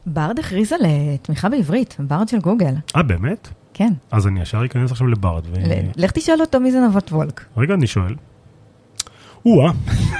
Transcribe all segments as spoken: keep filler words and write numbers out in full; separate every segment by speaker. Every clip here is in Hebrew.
Speaker 1: ברד הכריז על תמיכה בעברית, ברד של גוגל.
Speaker 2: אה, באמת?
Speaker 1: כן.
Speaker 2: אז אני ישר אכנס עכשיו לברד. ו...
Speaker 1: לך תשאל אותו מי זה נבות וולק.
Speaker 2: רגע, אני שואל. או-אה.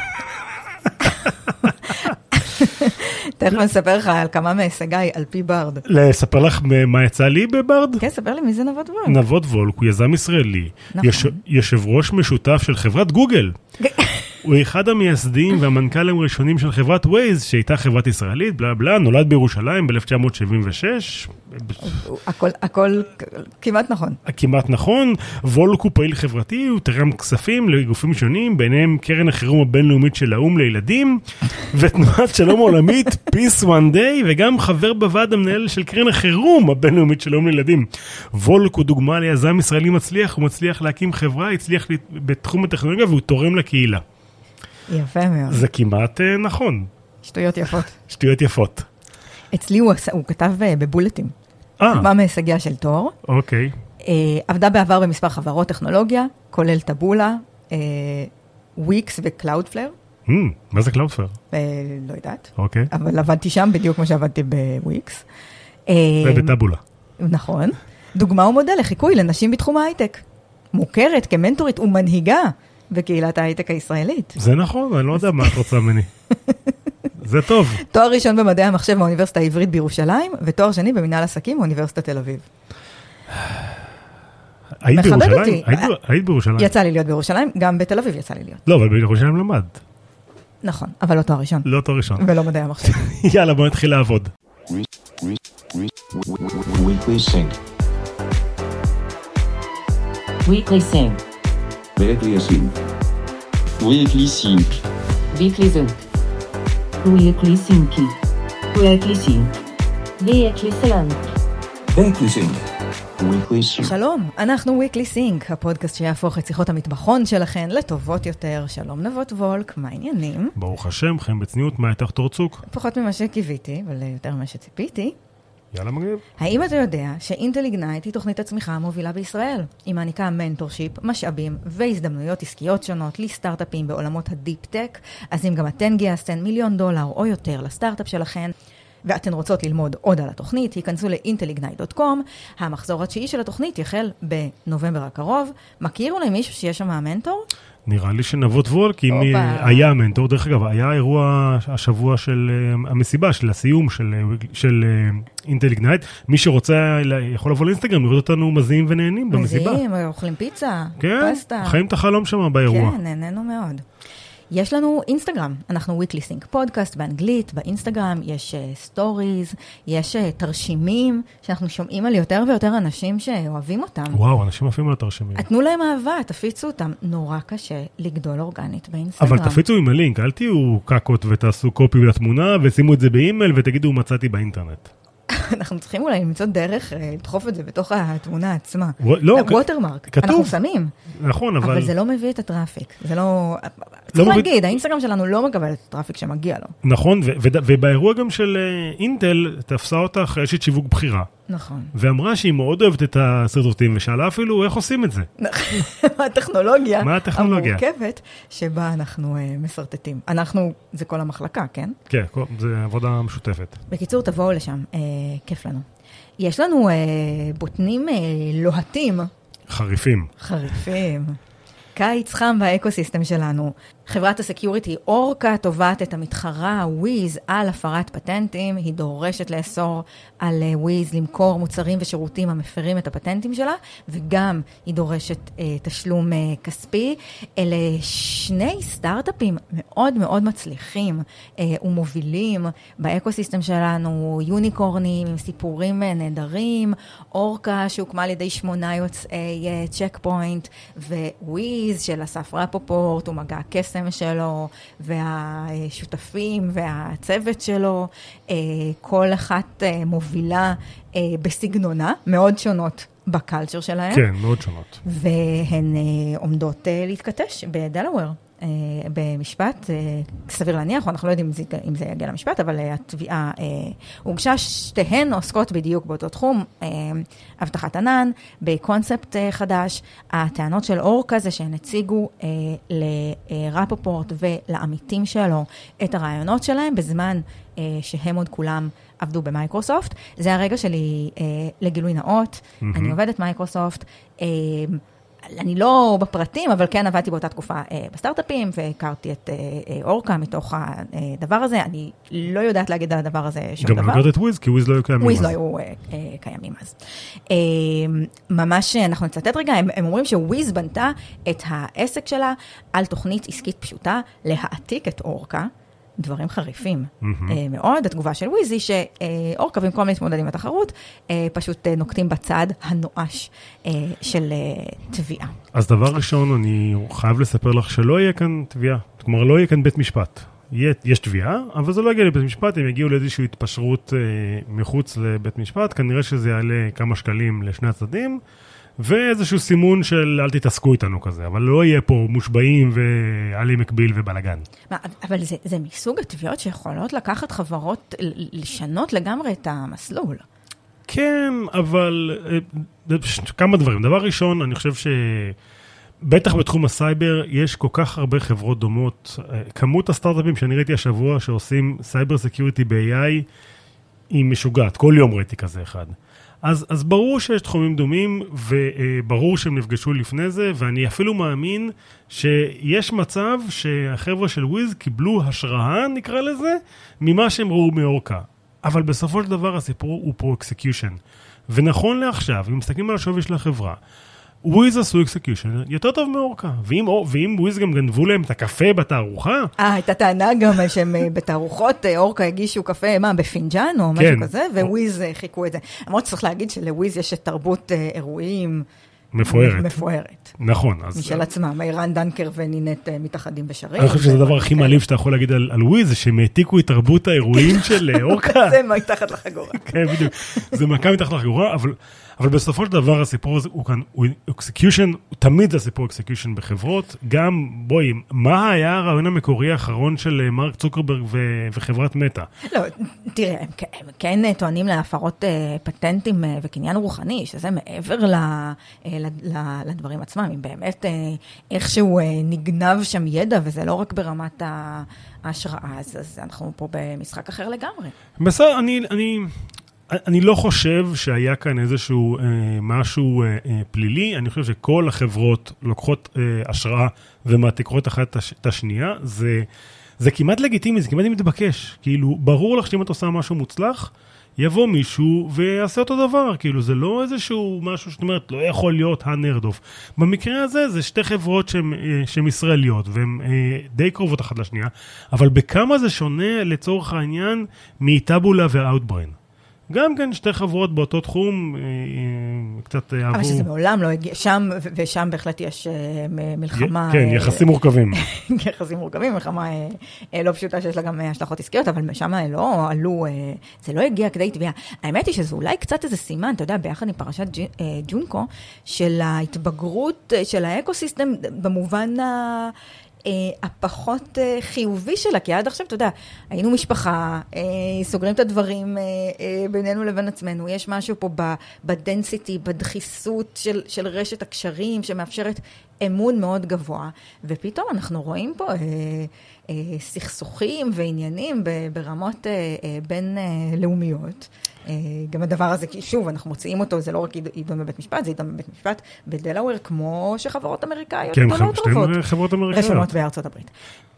Speaker 1: תכף אני אספר לך על כמה מהישגיי על פי ברד.
Speaker 2: לספר לך מה יצא לי בברד?
Speaker 1: כן, ספר לי מי זה נבות וולק.
Speaker 2: נבות וולק הוא יזם ישראלי,
Speaker 1: נכון.
Speaker 2: יש, יושב ראש משותף של חברת גוגל. הוא אחד המייסדים והמנכ"לים הראשונים של חברת ווייז, שהייתה חברת ישראלית, בלה בלה, נולד בירושלים ב-אלף תשע מאות שבעים ושש.
Speaker 1: הכל, הכל כמעט נכון.
Speaker 2: כמעט נכון. וולק הוא פעיל חברתי, הוא תרם כספים לגופים שונים, ביניהם קרן החירום הבינלאומית של האום לילדים, ותנועת שלום עולמית, Peace One Day, וגם חבר בוועד המנהל של קרן החירום הבינלאומית של האום לילדים. וולק הוא דוגמה ליזם ישראלי מצליח, הוא מצליח להקים חברה, הצליח בתחום הטכנולוגיה, והוא תורם לקהילה.
Speaker 1: יפה מאוד.
Speaker 2: זה כמעט נכון.
Speaker 1: שטויות יפות.
Speaker 2: שטויות יפות.
Speaker 1: אצלי הוא, הוא כתב בבולטים.
Speaker 2: אה.
Speaker 1: מה מהישגיה של תור.
Speaker 2: אוקיי.
Speaker 1: אה, עבדה בעבר במספר חברות טכנולוגיה, כולל טבולה, אה, וויקס וקלאודפלר.
Speaker 2: Hmm, מה זה קלאודפלר?
Speaker 1: אה, לא יודעת.
Speaker 2: אוקיי.
Speaker 1: אבל עבדתי שם בדיוק כמו שעבדתי בוויקס. אה,
Speaker 2: ובטבולה.
Speaker 1: נכון. דוגמה ומודל לחיקוי לנשים בתחום ההייטק. מוכרת כמנטורית ומנהיגה בקהילת ההייטק הישראלית.
Speaker 2: זה נכון, אני לא יודע מה את רוצה ממני. זה טוב.
Speaker 1: תואר ראשון במדעי המחשב באוניברסיטה העברית בירושלים, ותואר שני במנהל עסקים באוניברסיטת תל אביב.
Speaker 2: היית בירושלים? היית בירושלים?
Speaker 1: יצא לי להיות בירושלים, גם בתל אביב יצא לי להיות.
Speaker 2: לא, אבל בירושלים למד.
Speaker 1: נכון, אבל לא תואר ראשון.
Speaker 2: לא תואר ראשון.
Speaker 1: ולא מדעי המחשב.
Speaker 2: יאללה, בוא נתחיל לעבוד.
Speaker 3: Weekly Sync.
Speaker 4: Weekly Sync.
Speaker 3: Weekly Sync.
Speaker 4: Weekly Sync. Weekly Sync. Weekly Sync. Weekly Sync. Weekly Sync.
Speaker 3: Weekly Sync. Weekly Sync.
Speaker 1: שלום, אנחנו Weekly Sync, הפודקאסט שיהפוך את שיחות המטבחון שלכן לטובות יותר. שלום נבות וולק, מה העניינים?
Speaker 2: ברוך השם, חיים בצניעות, מה איתך תורצוק?
Speaker 1: פחות ממה שקיוויתי, אבל יותר ממה שציפיתי.
Speaker 2: יאללה מגניב.
Speaker 1: האם אתה יודע שאינטל איגנייט היא תוכנית הצמיחה המובילה בישראל? היא מעניקה מנטורשיפ, משאבים והזדמנויות עסקיות שונות לסטארט-אפים בעולמות הדיפ-טק, אז אם גם אתן גייסתן מיליון דולר או יותר לסטארט-אפ שלכן, ואתן רוצות ללמוד עוד על התוכנית, היכנסו ל-אינטל איגנייט דוט קום. המחזור התשיעי של התוכנית יחל בנובמבר הקרוב. מכיר אולי מישהו שיש שם המנטור?
Speaker 2: נראה לי שנבות וולק, אם היה המנטור, דרך אגב, היה אירוע השבוע של המסיבה, של הסיום של אינטל איגנייט. מי שרוצה יכול לבוא לאינסטגרם, לראות אותנו מזיעים ונהנים במסיבה.
Speaker 1: מזיעים, אוכלים פיצה,
Speaker 2: כן,
Speaker 1: פסטה.
Speaker 2: חיים את החלום שם באירוע.
Speaker 1: כן, נהנינו מאוד. יש לנו אינסטגרם, אנחנו Weekly Sync פודקאסט באנגלית, באינסטגרם יש סטוריז, uh, יש uh, תרשימים שאנחנו שומעים על יותר ויותר אנשים שאוהבים אותם.
Speaker 2: וואו, אנשים אוהבים על התרשימים.
Speaker 1: תנו להם אהבה, תפיצו אותם. נורא קשה לגדול אורגנית באינסטגרם.
Speaker 2: אבל תפיצו עם הלינק, אל תהיו קקות ותעשו קופי לתמונה ושימו את זה באימייל ותגידו מצאתי באינטרנט.
Speaker 1: אנחנו צריכים אולי למצוא דרך לדחוף את זה בתוך התמונה עצמה.
Speaker 2: לא,
Speaker 1: ווטרמרק, אנחנו שמים.
Speaker 2: נכון, אבל...
Speaker 1: אבל זה לא מביא את הטראפיק. זה לא... צריך להגיד, האינסטגרם שלנו לא מקבל את הטראפיק שמגיע לו.
Speaker 2: נכון, ובאירוע גם של אינטל, תפסה אותה אחרי אשת שיווק בחירה.
Speaker 1: נכון.
Speaker 2: ואמרה שהיא מאוד אוהבת את הסרטוטים, ושאלה אפילו איך עושים את זה.
Speaker 1: מה הטכנולוגיה?
Speaker 2: מה הטכנולוגיה?
Speaker 1: המורכבת שבה אנחנו מסרטטים. אנחנו, זה כל המחלקה, כן?
Speaker 2: כן, זה עבודה משותפת.
Speaker 1: בקיצור, תבואו לשם, כיף לנו. יש לנו בוטנים לוהטים.
Speaker 2: חריפים.
Speaker 1: חריפים. קיץ חם באקוסיסטם שלנו. חברת הסקיוריטי אורקה תובעת את המתחרה וויז על הפרת פטנטים. היא דורשת לאסור על וויז למכור מוצרים ושירותים המפרים את הפטנטים שלה, וגם היא דורשת אה, תשלום אה, כספי. אלה שני סטארט-אפים מאוד מאוד מצליחים אה, ומובילים באקוסיסטם שלנו, יוניקורנים עם סיפורים אה, נהדרים, אורקה שהוקמה על ידי שמונה יוצאי אה, צ'ק פוינט, וויז של אסף רפופורט ומגע קסם שלו, והשותפים והצוות שלו, כל אחת מובילה בסגנונה, מאוד שונות בקלצ'ר שלהם.
Speaker 2: כן, מאוד שונות.
Speaker 1: והן עומדות להתכתש בדלוור. במשפט, סביר להניח, אנחנו לא יודעים אם זה יגיע למשפט, אבל התביעה הוגשה, שתיהן עוסקות בדיוק באותו תחום, הבטחת ענן, בקונספט חדש. הטענות של אורקה זה שהן הציגו לרפופורט ולעמיתים שלו את הרעיונות שלהם, בזמן שהם עוד כולם עבדו במייקרוסופט. זה הרגע שלי אה, לגילוי נאות. Mm-hmm. אני עובדת מייקרוסופט. אה, אני לא בפרטים, אבל כן עבדתי באותה תקופה אה, בסטארט-אפים, והכרתי את אה, אה, אורקה מתוך הדבר הזה. אני לא יודעת להגיד על הדבר הזה שום
Speaker 2: גם
Speaker 1: דבר.
Speaker 2: גם הכרת את וויז, כי וויז לא היו קיימים.
Speaker 1: וויז לא היו אה, אה, קיימים אז. אה, ממש, אנחנו נצטט רגע, הם, הם אומרים שוויז בנתה את העסק שלה על תוכנית עסקית פשוטה, להעתיק את אורקה, דברים חריפים mm-hmm. אה, מאוד. התגובה של וויז היא שאורקה, במקום להתמודד עם התחרות, אה, פשוט אה, נוקטים בצד הנואש אה, של אה, תביעה.
Speaker 2: אז דבר ראשון, אני חייב לספר לך שלא יהיה כאן תביעה. כלומר, לא יהיה כאן בית משפט. יהיה, יש תביעה, אבל זה לא יגיע לבית משפט, הם יגיעו לאיזושהי התפשרות אה, מחוץ לבית משפט, כנראה שזה יעלה כמה שקלים לשני הצדדים, ואיזשהו סימון של אל תתעסקו איתנו כזה, אבל לא יהיה פה מושבעים ועלי מקביל ובלגן.
Speaker 1: מה, אבל זה, זה מסוג התביעות שיכולות לקחת חברות, לשנות לגמרי את המסלול.
Speaker 2: כן, אבל כמה דברים. דבר ראשון, אני חושב ש... בטח בתחום הסייבר יש כל כך הרבה חברות דומות. כמות הסטארט-אפים שאני ראיתי השבוע שעושים סייבר סקיוריטי ב-איי איי היא משוגעת. כל יום ראיתי כזה אחד. אז, אז ברור שיש תחומים דומים, וברור שהם נפגשו לפני זה, ואני אפילו מאמין שיש מצב שהחבר'ה של וויז קיבלו השראה, נקרא לזה, ממה שהם ראו מאורקה. אבל בסופו של דבר הסיפור הוא פה אקסקיושן. ונכון לעכשיו, אם מסתכלים על השווי של החברה, וויז עשו אקסקיושן יותר טוב מאורקה. ואם, ואם וויז גם גנבו להם את הקפה בתערוכה...
Speaker 1: אה, הייתה טענה גם שהם בתערוכות, אורקה הגישו קפה, מה, בפינג'אן או משהו כן. כזה, וויז חיכו את זה. למרות שצריך להגיד שלוויז יש תרבות אירועים...
Speaker 2: מפוארת.
Speaker 1: מפוארת.
Speaker 2: נכון.
Speaker 1: משל עצמם, אירן דנקר ונינט מתאחדים בשרים.
Speaker 2: אני חושב שזה הדבר הכי מעליב שאתה יכול להגיד על וויז, זה שהם העתיקו את תרבות האירועים של אורקה.
Speaker 1: זה מתחת לחגורה.
Speaker 2: כן, בדיוק. זה מכה מתחת לחגורה, אבל... אבל בסופו של דבר הסיפור הזה הוא כאן, הוא אקסקיושן, תמיד זה סיפור אקסקיושן בחברות, גם, בואי, מה היה הרעיון המקורי האחרון של מרק צוקרברג ו- וחברת מטא?
Speaker 1: לא, תראה, הם, הם כן טוענים להפרות uh, פטנטים uh, וקניין רוחני, שזה מעבר ל, uh, ל, ל, לדברים עצמם, אם באמת uh, איכשהו uh, נגנב שם ידע, וזה לא רק ברמת ההשראה, אז, אז אנחנו פה במשחק אחר לגמרי.
Speaker 2: בסדר, אני... אני... אני לא חושב שהיה כאן איזשהו אה, משהו אה, אה, פלילי, אני חושב שכל החברות לוקחות אה, השראה ומעתיקות אחת הש, את השנייה, זה, זה כמעט לגיטימי, זה כמעט מתבקש, כאילו ברור לך שאם את עושה משהו מוצלח, יבוא מישהו ויעשה אותו דבר, כאילו זה לא איזשהו משהו שאת אומרת, לא יכול להיות הנרדוף. במקרה הזה זה שתי חברות שהן, שהן ישראליות, והן די קרובות אחת לשנייה, אבל בכמה זה שונה לצורך העניין מטאבולה ואוטבריין. גם כן שתי חברות באותו תחום קצת עברו...
Speaker 1: אבל שזה מעולם לא הגיע, שם ושם בהחלט יש מלחמה...
Speaker 2: כן, יחסים מורכבים.
Speaker 1: יחסים מורכבים, מלחמה לא פשוטה שיש לה גם השלכות עסקיות, אבל שם לא עלו, זה לא הגיע כדי תביעה. האמת היא שזה אולי קצת איזה סימן, אתה יודע, ביחד עם פרשת ג'ונקו, של ההתבגרות של האקוסיסטם במובן ה... הפחות חיובי שלה, כי עד עכשיו, אתה יודע, היינו משפחה, סוגרים את הדברים בינינו לבין עצמנו, יש משהו פה בדנסיטי, בדחיסות של, של רשת הקשרים, שמאפשרת אמון מאוד גבוה, ופתאום אנחנו רואים פה סכסוכים ועניינים ברמות בין לאומיות. גם הדבר הזה, כי שוב, אנחנו מוצאים אותו, זה לא רק עידון בבית משפט, זה עידון בבית משפט בדלאוור, כמו שחברות אמריקאיות.
Speaker 2: כן, שתיים חברות אמריקאיות.
Speaker 1: רשומות בארצות הברית.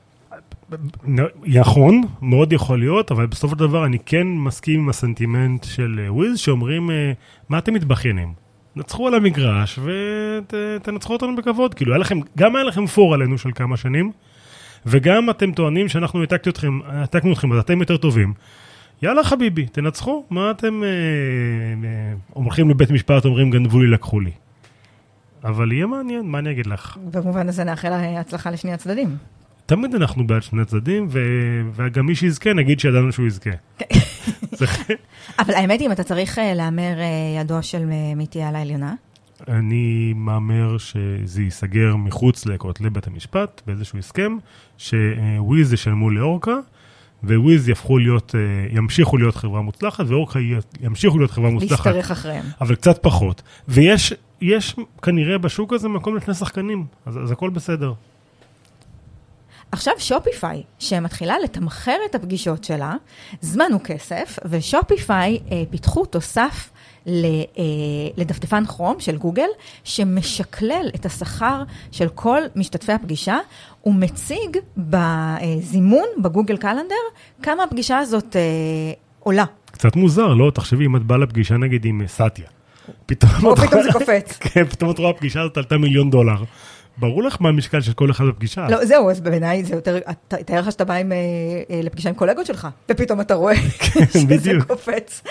Speaker 2: נכון, מאוד יכול להיות, אבל בסוף הדבר אני כן מסכים עם הסנטימנט של וויז, שאומרים, מה אתם מתבחיינים? נצחו על המגרש ותנצחו אותנו בכבוד. כאילו, גם היה לכם פור עלינו של כמה שנים, וגם אתם טוענים שאנחנו העתקנו אתכם, העתקנו אתכם, אז אתם יותר טובים. יאללה חביבי, תנצחו. מה אתם אה, אה, הולכים לבית משפט, אומרים גנבו לי, לקחו לי. אבל יהיה מעניין, מה אני אגיד לך?
Speaker 1: במובן הזה נאחל הצלחה לשני הצדדים.
Speaker 2: תמיד אנחנו בעד שני הצדדים, ו... וגם מי שיזכה, נגיד שידענו שהוא יזכה.
Speaker 1: אבל האמת היא, אם אתה צריך לאמר ידו של מי תהיה על העליונה?
Speaker 2: אני מאמר שזה ייסגר מחוץ לכותלי בית המשפט, באיזשהו הסכם, שוויז ישלמו לאורקה, וויז יפכו להיות, ימשיכו להיות חברה מוצלחת, ואורקה ימשיכו להיות חברה מוצלחת.
Speaker 1: להסתרך אחריהם.
Speaker 2: אבל קצת פחות. ויש יש כנראה בשוק הזה מקום לשני שחקנים, אז, אז הכל בסדר.
Speaker 1: עכשיו שופיפיי, שמתחילה לתמחר את הפגישות שלה, זמן הוא כסף, ושופיפיי אה, פיתחו תוסף לדפדפן כרום של גוגל, שמשקלל את השכר של כל משתתפי הפגישה, ומציג בזימון, בגוגל קלנדר, כמה הפגישה הזאת אה, עולה.
Speaker 2: קצת מוזר, לא? תחשבי, אם את באה לפגישה נגיד עם סטיה. פתאום
Speaker 1: או פתאום זה קופץ.
Speaker 2: כן, פתאום את רואה הפגישה הזאת עלתה מיליון דולר. ברור לך מה המשקל של כל אחד בפגישה.
Speaker 1: לא, זהו, אז בעיניי זה יותר, תאר לך שאתה בא עם, לפגישה עם קולגות שלך, ופתאום אתה רואה שזה קופץ.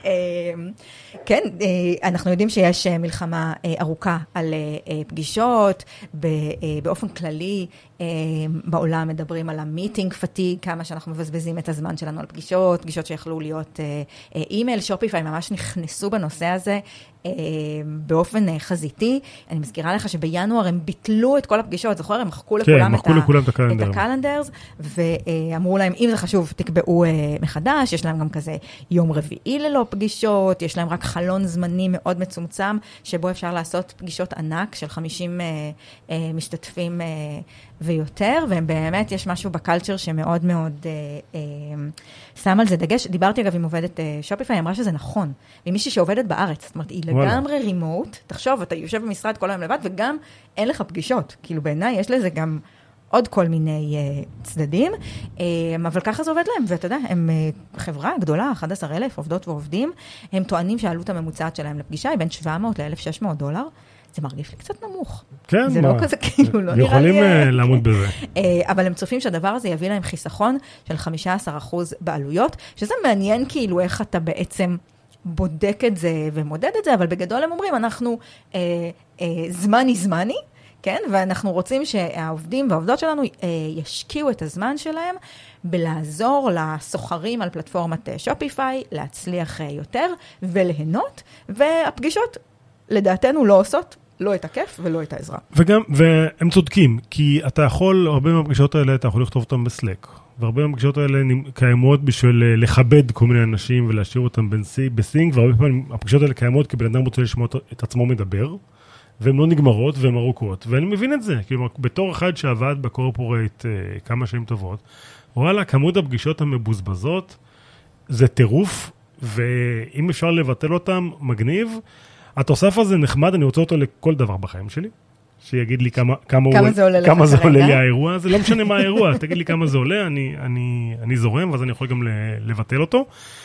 Speaker 1: כן, אנחנו יודעים שיש מלחמה ארוכה על פגישות, באופן כללי, בעולם מדברים על המיטינג פטיג, כמה שאנחנו מבזבזים את הזמן שלנו על פגישות, פגישות שיכלו להיות אימייל, שופיפיי ממש נכנסו בנושא הזה באופן חזיתי. אני מזכירה לך שבינואר הם ביטלו את כל הפגישות, זוכר? הם מחקו לכולם את הקלנדרס, ואמרו להם, אם זה חשוב, תקבעו מחדש, יש להם גם כזה יום רביעי ללא פגישות, יש להם רק חלון זמני מאוד מצומצם, שבו אפשר לעשות פגישות ענק של חמישים משתתפים ויותר, והם באמת, יש משהו בקלצ'ר שמאוד מאוד אה, אה, שם על זה דגש. דיברתי אגב עם עובדת אה, שופיפיי, אמרה שזה נכון, ומישהי שעובדת בארץ, זאת אומרת, היא לגמרי רימוט, תחשוב, אתה יושב במשרד כל היום לבד, וגם אין לך פגישות, כאילו בעיניי יש לזה גם עוד כל מיני אה, צדדים, אה, אבל ככה זה עובד להם, ואתה יודע, הם אה, חברה גדולה, אחד עשר אלף עובדות ועובדים, הם טוענים שהעלות הממוצעת שלהם לפגישה היא בין שבע מאות ל-אלף ושש מאות דולר, זה מרגיש לי קצת נמוך.
Speaker 2: כן,
Speaker 1: זה לא כזה, כאילו, לא נראה לי...
Speaker 2: יכולים לעמוד בזה.
Speaker 1: אבל הם צופים שהדבר הזה יביא להם חיסכון של חמישה עשר אחוז בעלויות, שזה מעניין כאילו איך אתה בעצם בודק את זה ומודד את זה, אבל בגדול הם אומרים, אנחנו זמני זמני, כן? ואנחנו רוצים שהעובדים והעובדות שלנו ישקיעו את הזמן שלהם בלעזור לסוחרים על פלטפורמת שופיפיי, להצליח יותר וליהנות, והפגישות לדעתנו לא עושות לא את הכיף ולא את העזרה.
Speaker 2: וגם, והם צודקים, כי אתה יכול, הרבה מהפגישות האלה, אתה יכול לכתוב אותם בסלק, והרבה מהפגישות האלה קיימות בשביל לכבד כל מיני אנשים ולהשאיר אותם בסינק, והרבה פעמים הפגישות האלה קיימות כי בן אדם רוצה לשמוע את עצמו מדבר, והן לא נגמרות והן ארוכות, ואני מבין את זה, כאילו, בתור אחד שעבד בקורפורייט כמה שנים טובות, וואלה, כמות הפגישות המבוזבזות, זה טירוף, ואם אפשר לבטל אותם, מגניב. התוסף הזה נחמד, אני רוצה אותו לכל דבר בחיים שלי, שיגיד לי כמה, כמה,
Speaker 1: כמה
Speaker 2: הוא,
Speaker 1: זה עולה,
Speaker 2: כמה זה עולה לי האירוע, זה לא משנה מה האירוע, תגיד לי כמה זה עולה, אני, אני, אני זורם, ואז אני יכול גם לבטל אותו,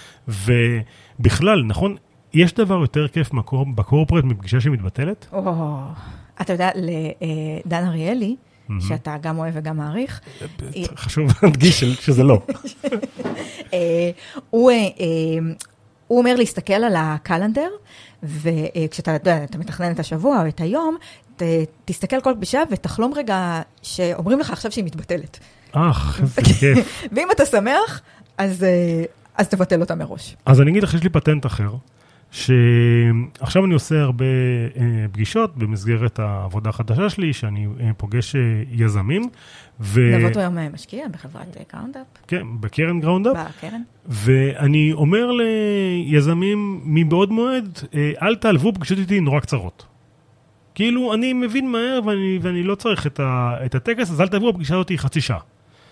Speaker 2: ובכלל, נכון, יש דבר יותר כיף בקורפורט מפגישה שמתבטלת?
Speaker 1: או, אתה יודע, לדן אריאלי, שאתה גם אוהב וגם מעריך.
Speaker 2: חשוב להדגיש שזה לא.
Speaker 1: הוא אומר להסתכל על הקלנדר, וכשאתה אתה מתכנן את השבוע או את היום, תסתכל כל פגישה ותחלום רגע שאומרים לך עכשיו שהיא מתבטלת.
Speaker 2: אך, איזה כיף.
Speaker 1: ואם אתה שמח, אז, אז תבטל אותה מראש.
Speaker 2: אז אני אגיד לך, יש לי פטנט אחר, שעכשיו אני עושה הרבה פגישות במסגרת העבודה החדשה שלי, שאני פוגש יזמים.
Speaker 1: נבות היום משקיע בחברת גראונדאפ.
Speaker 2: כן, בקרן גראונדאפ.
Speaker 1: בקרן.
Speaker 2: ואני אומר ליזמים מבעוד מועד, אל תעלבו, פגישות איתי נורא קצרות. כאילו, אני מבין מהר ואני, ואני לא צריך את, ה, את הטקס, אז אל תעלבו, הפגישה אותי חצי שעה.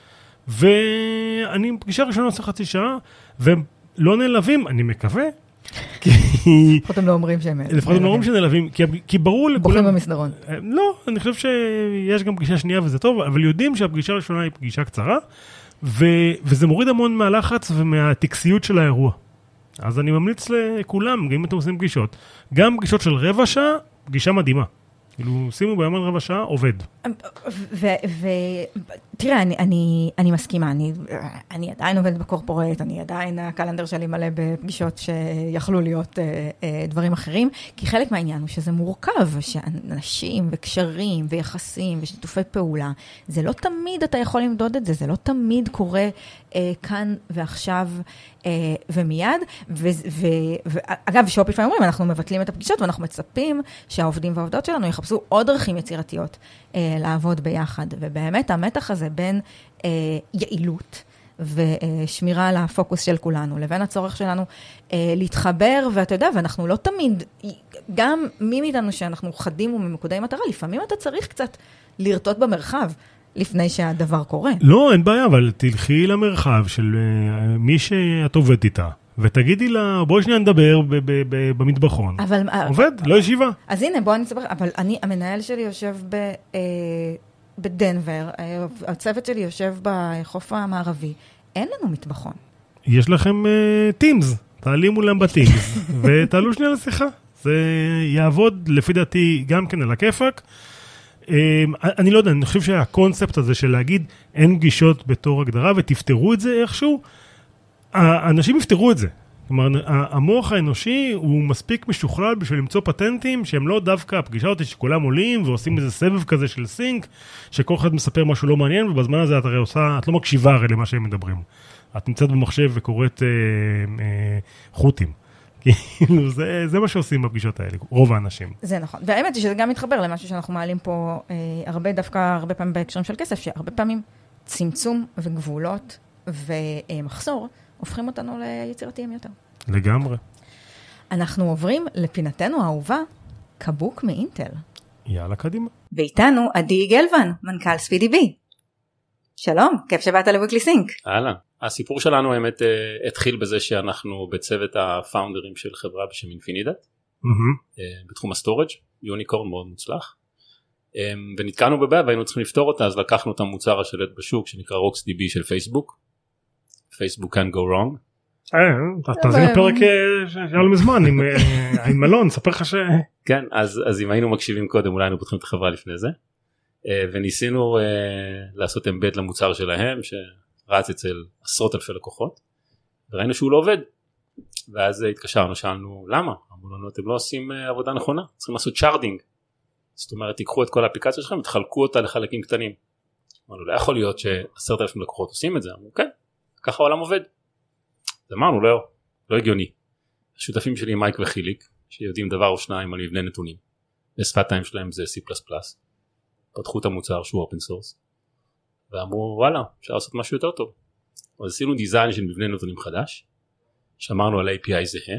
Speaker 2: ואני פגישה ראשונה עושה חצי שעה, והם לא נעלבים, אני מקווה,
Speaker 1: לפחות הם לא אומרים שהם נעלבים.
Speaker 2: לפחות הם לא אומרים שנעלבים, כי ברור לכולם...
Speaker 1: בוחרים במסדרון.
Speaker 2: לא, אני חושב שיש גם פגישה שנייה וזה טוב, אבל יודעים שהפגישה הראשונה היא פגישה קצרה, וזה מוריד המון מהלחץ ומהטקסיות של האירוע. אז אני ממליץ לכולם, גם אם אתם עושים פגישות, גם פגישות של רבע שעה, פגישה מדהימה. כאילו, שימו ביומן רבע שעה, עובד.
Speaker 1: ותראה, אני, אני מסכימה, אני, אני עדיין עובדת בקורפורט, אני עדיין, הקלנדר שלי מלא בפגישות שיכלו להיות דברים אחרים, כי חלק מהעניין הוא שזה מורכב, שאנשים וקשרים ויחסים ושיתופי פעולה, זה לא תמיד אתה יכול למדוד את זה, זה לא תמיד קורה כאן ועכשיו ומיד, ואגב, שופיפיי אומרים, אנחנו מבטלים את הפגישות, ואנחנו מצפים שהעובדים והעובדות שלנו יחפשו עוד דרכים יצירתיות לעבוד ביחד, ובאמת המתח הזה בין יעילות ושמירה על הפוקוס של כולנו, לבין הצורך שלנו להתחבר, ואתה יודע, ואנחנו לא תמיד, גם מי מאיתנו שאנחנו חדים וממוקדי מטרה, לפעמים אתה צריך קצת לרטוט במרחב, לפני שהדבר קורה.
Speaker 2: לא, אין בעיה, אבל תלכי למרחב של uh, מי שאת עובדת איתה, ותגידי לה, בואי שניה נדבר ב- ב- ב- במטבחון.
Speaker 1: אבל...
Speaker 2: עובד, לא ישיבה.
Speaker 1: אז הנה, בואו נספר, אבל אני, המנהל שלי יושב ב, אה, בדנבר, אה, הצוות שלי יושב בחוף המערבי, אין לנו מטבחון.
Speaker 2: יש לכם טימס, uh, תעלי מולם בטימס, ותעלו שנייה לשיחה. זה יעבוד לפי דעתי גם כן על הכיפק. Uh, אני לא יודע, אני חושב שהקונספט הזה של להגיד אין פגישות בתור הגדרה, ותפתרו את זה איכשהו, האנשים יפתרו את זה. כלומר, המוח האנושי הוא מספיק משוכלל בשביל למצוא פטנטים שהם לא דווקא הפגישה אותי שכולם עולים ועושים איזה סבב כזה של סינק, שכל אחד מספר משהו לא מעניין, ובזמן הזה את הרי עושה, את לא מקשיבה הרי למה שהם מדברים. את נמצאת במחשב וקוראת אה, אה, חוטים. כאילו, זה, זה מה שעושים בפגישות האלה, רוב האנשים.
Speaker 1: זה נכון. והאמת היא שזה גם מתחבר למשהו שאנחנו מעלים פה אה, הרבה, דווקא הרבה פעמים בהקשרים של כסף, שהרבה פעמים צמצום וגבולות ומחסור, הופכים אותנו ליצירתיים יותר.
Speaker 2: לגמרי.
Speaker 1: אנחנו עוברים לפינתנו האהובה, קבוק מאינטל.
Speaker 2: יאללה, קדימה.
Speaker 1: ואיתנו עדי גלוון, מנכ"ל ספידי בי. שלום, כיף שבאת לוויקלי סינק.
Speaker 5: אהלן. הסיפור שלנו האמת התחיל בזה שאנחנו בצוות הפאונדרים של חברה בשם אינפינידט, בתחום הסטורג', יוניקורן מאוד מוצלח, ונתקענו בבעיה והיינו צריכים לפתור אותה, אז לקחנו את המוצר השלט בשוק שנקרא RocksDB של פייסבוק, פייסבוק can go wrong.
Speaker 2: תאזין לפרק שהיה לו מזמן עם מלון, ספר לך ש...
Speaker 5: כן, אז אם היינו מקשיבים קודם אולי היינו פותחים את החברה לפני זה, וניסינו לעשות אמבד למוצר שלהם שרץ אצל עשרות אלפי לקוחות, וראינו שהוא לא עובד, ואז התקשרנו, שאלנו למה? אמרו לנו אתם לא עושים עבודה נכונה, צריכים לעשות שרדינג, זאת אומרת תיקחו את כל האפליקציה שלכם ותחלקו אותה לחלקים קטנים. אמרנו לא יכול להיות שעשרת אלפים לקוחות עושים את זה, אמרו כן, ככה העולם עובד. אז אמרנו לא, לא הגיוני. השותפים שלי מייק וחיליק, שיודעים דבר או שניים על מבנה נתונים, בשפת האם שלהם זה C פלוס פלוס, פתחו את המוצר שהוא אופן סורס, ואמרו וואלה, אפשר לעשות משהו יותר טוב. אז עשינו דיזיין של מבנה נתונים חדש, שמרנו על איי פי איי זהה,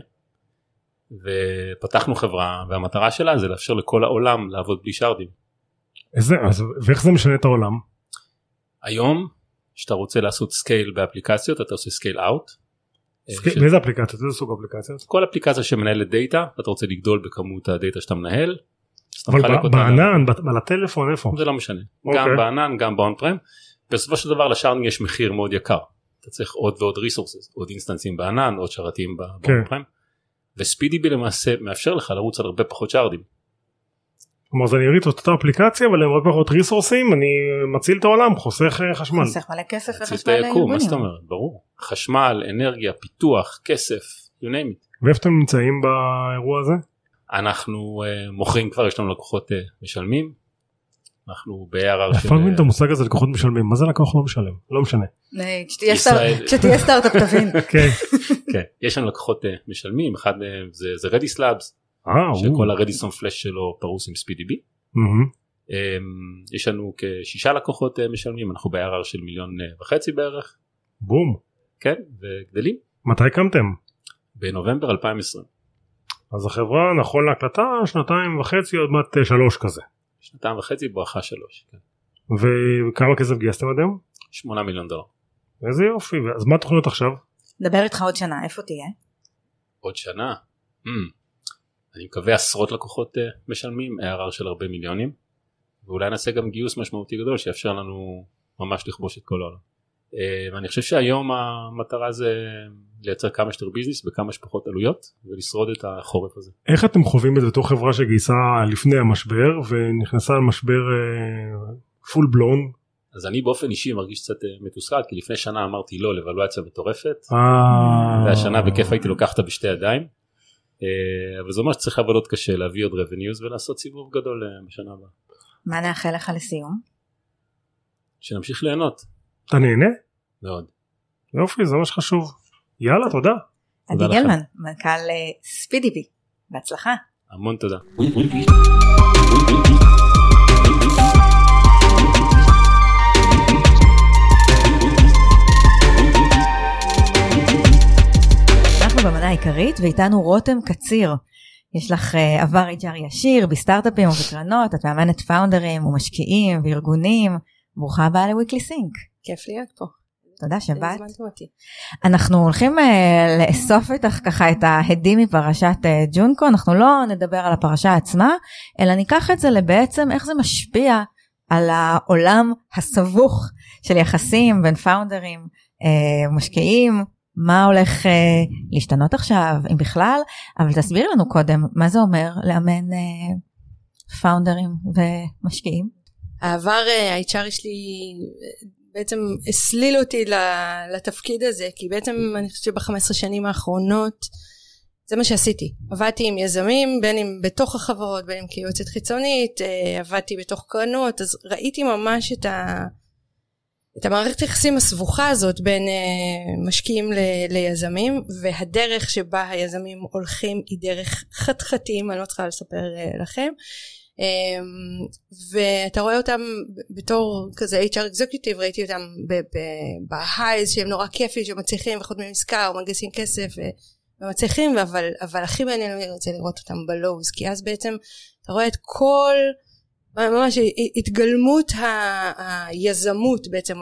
Speaker 5: ופתחנו חברה, והמטרה שלה זה לאפשר לכל העולם לעבוד בלי שרדים.
Speaker 2: איזה, אז, ואיך זה משנה את העולם?
Speaker 5: היום, שאתה רוצה לעשות סקייל באפליקציות, אתה עושה סקייל אאוט.
Speaker 2: באיזה אפליקציות? איזה סוג אפליקציות?
Speaker 5: כל אפליקציה שמנהלת דאטה, אתה רוצה לגדול בכמות הדאטה שאתה מנהל.
Speaker 2: אבל בענן, על הטלפון, איפה?
Speaker 5: זה לא משנה. גם בענן, גם באון פרם. בסופו של דבר לשרדינג יש מחיר מאוד יקר. אתה צריך עוד ועוד ריסורסס, עוד אינסטנסים בענן, עוד שרתים באון פרם. וספידיבי למעשה מאפשר לך לרוץ על הרבה פחות שרדים.
Speaker 2: כלומר זה אני אריץ את אותה אפליקציה, אבל הם הרבה פחות ריסורסים, אני מציל את העולם, חוסך חשמל.
Speaker 1: חוסך מלא כסף
Speaker 5: וחשמל לארגונים. מה זאת אומרת? ברור. חשמל, אנרגיה, פיתוח, כסף, you name it.
Speaker 2: ואיפה אתם נמצאים באירוע הזה?
Speaker 5: אנחנו uh, מוכרים כבר, יש לנו לקוחות uh, משלמים. אנחנו ב-A R R של...
Speaker 2: איפה נבין את המושג הזה לקוחות משלמים? מה זה לקוח לא משלם? לא משנה.
Speaker 1: כשתהיה סטארט-אפ תבין.
Speaker 2: כן.
Speaker 5: יש לנו לקוחות משלמים, אחד זה Redis Labs, שכל הרדיסון פלאש שלו פרוס עם ספידי בי. יש לנו כשישה לקוחות משלמים, אנחנו ב-A R R של מיליון וחצי בערך.
Speaker 2: בום.
Speaker 5: כן, וגדלים.
Speaker 2: מתי קמתם?
Speaker 5: בנובמבר אלפיים ועשרים.
Speaker 2: אז החברה נכון להקלטה שנתיים וחצי, עוד מעט שלוש כזה.
Speaker 5: שנתיים וחצי בואכה שלוש.
Speaker 2: וכמה כסף גייסתם עד היום?
Speaker 5: שמונה מיליון דולר.
Speaker 2: איזה יופי, אז מה התוכניות עכשיו?
Speaker 1: דבר איתך עוד שנה, איפה תהיה?
Speaker 5: עוד שנה? אני מקווה עשרות לקוחות משלמים, A R R של הרבה מיליונים, ואולי נעשה גם גיוס משמעותי גדול שיאפשר לנו ממש לכבוש את כל העולם. ואני חושב שהיום המטרה זה לייצר כמה שיותר ביזנס בכמה שפחות עלויות ולשרוד את החורף הזה.
Speaker 2: איך אתם חווים את זה בתור חברה שגייסה לפני המשבר ונכנסה למשבר פול בלון?
Speaker 5: אז אני באופן אישי מרגיש קצת מתוסכל, כי לפני שנה אמרתי לא לאבלואציה מטורפת, והשנה בכיף הייתי לוקחת בשתי ידיים, אבל זה אומר שצריך לעבוד עוד קשה, להביא עוד revenues ולעשות סיבוב גדול בשנה הבאה.
Speaker 1: מה נאחל לך לסיום?
Speaker 5: שנמשיך ליהנות.
Speaker 2: אתה נהנה?
Speaker 5: מאוד.
Speaker 2: יופי, זה ממש חשוב. יאללה, תודה.
Speaker 1: עדי גלמן, מנכ"ל ספידי בי. בהצלחה.
Speaker 5: המון תודה.
Speaker 1: אנחנו במנה העיקרית, ואיתנו רותם קציר. יש לך uh, עבר אייץ' אר ישיר בסטארט-אפים ובקרנות, את מאמנת פאונדרים ומשקיעים וארגונים, ברוכה הבאה לוויקלי סינק.
Speaker 6: כיף להיות פה.
Speaker 1: תודה שבאת.
Speaker 6: הזמנתם אותי.
Speaker 1: אנחנו הולכים uh, לאסוף איתך ככה את ההדים מפרשת uh, ג'ונקו, אנחנו לא נדבר על הפרשה עצמה, אלא ניקח את זה לבעצם איך זה משפיע על העולם הסבוך של יחסים בין פאונדרים, uh, משקיעים, מה הולך uh, להשתנות עכשיו, אם בכלל, אבל תסביר לנו קודם, מה זה אומר לאמן uh, פאונדרים ומשקיעים?
Speaker 6: העבר ה-אייץ' אר שלי בעצם הסליל אותי לתפקיד הזה, כי בעצם אני חושבת שב-חמש עשרה שנים האחרונות זה מה שעשיתי. עבדתי עם יזמים, בין אם בתוך החברות, בין אם כיועצת חיצונית, עבדתי בתוך קרנות, אז ראיתי ממש את ה... את המערכת היחסים הסבוכה הזאת בין uh, משקיעים ל- ליזמים, והדרך שבה היזמים הולכים היא דרך חתחתים, אני לא צריכה לספר uh, לכם, um, ואתה רואה אותם בתור כזה אייץ' אר executive, ראיתי אותם בהייז שהם נורא כיפי, שמצליחים וחותמים עסקה או מגייסים כסף ומצליחים, אבל, אבל הכי מעניין אני רוצה לראות אותם בלוז, כי אז בעצם אתה רואה את כל... ממש התגלמות היזמות בעצם,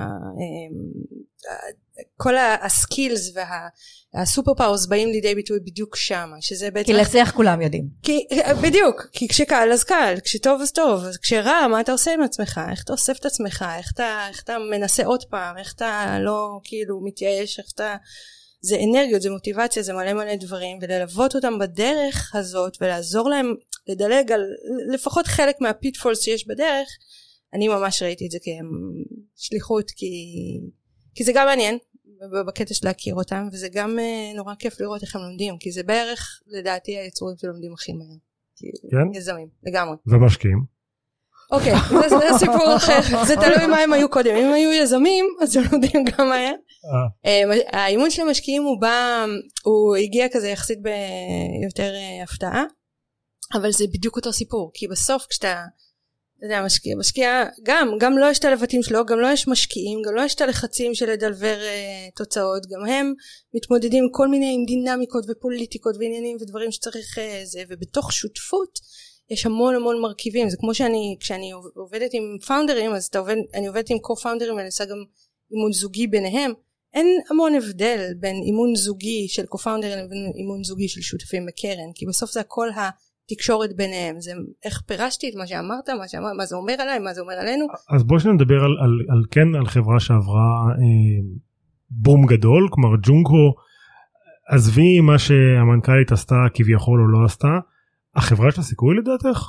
Speaker 6: כל הסקילס והסופר פאורס באים לידי ביטוי בדיוק שם, שזה בעצם...
Speaker 1: כי להצליח כולם יודעים.
Speaker 6: בדיוק, כי כשקל אז קל, כשטוב אז טוב, אז כשרע מה אתה עושה עם עצמך, איך אתה אוסף את עצמך, איך אתה, איך אתה מנסה עוד פעם, איך אתה לא כאילו מתייאש, איך אתה... זה אנרגיות, זה מוטיבציה, זה מלא מלא דברים, וללוות אותם בדרך הזאת, ולעזור להם לדלג על לפחות חלק מהפיטפולס שיש בדרך. אני ממש ראיתי את זה כשליחות, כי, כי זה גם מעניין בקטע של להכיר אותם, וזה גם נורא כיף לראות איך הם לומדים, כי זה בערך לדעתי היצורים שלומדים הכי מהר.
Speaker 2: כן?
Speaker 6: יזמים, לגמרי.
Speaker 2: ומשקיעים.
Speaker 6: אוקיי, זה, זה סיפור אחר, זה תלוי מה הם היו קודם, אם הם היו יזמים, אז הם לומדים גם מהר. האימון של המשקיעים הוא בא, הוא הגיע כזה יחסית ביותר הפתעה, אבל זה בדיוק אותו סיפור, כי בסוף כשאתה, אתה יודע, משקיע, משקיע, גם, גם לא יש את הלבטים שלו, גם לא יש משקיעים, גם לא יש את הלחצים של לדלבר uh, תוצאות, גם הם מתמודדים כל מיני עם דינמיקות ופוליטיקות ועניינים ודברים שצריך uh, זה, ובתוך שותפות יש המון המון מרכיבים, זה כמו שאני, כשאני עובדת עם פאונדרים, אז אתה עובד, אני עובדת עם קו-פאונדרים, ואני עושה גם אימון זוגי ביניהם, אין המון הבדל בין אימון זוגי של קו-פאונדרים לבין אימון זוגי של שותפים בקרן, כי בסוף זה הכל התקשורת ביניהם, זה איך פירשתי את מה שאמרת, מה, שאמר, מה זה אומר עליי, מה זה אומר עלינו.
Speaker 2: אז בואו שנדבר על, על, על כן, על חברה שעברה אה, בום גדול, כלומר ג'ונקו, עזבי מה שהמנכ"לית עשתה כביכול או לא עשתה, החברה יש לה סיכוי לדעתך?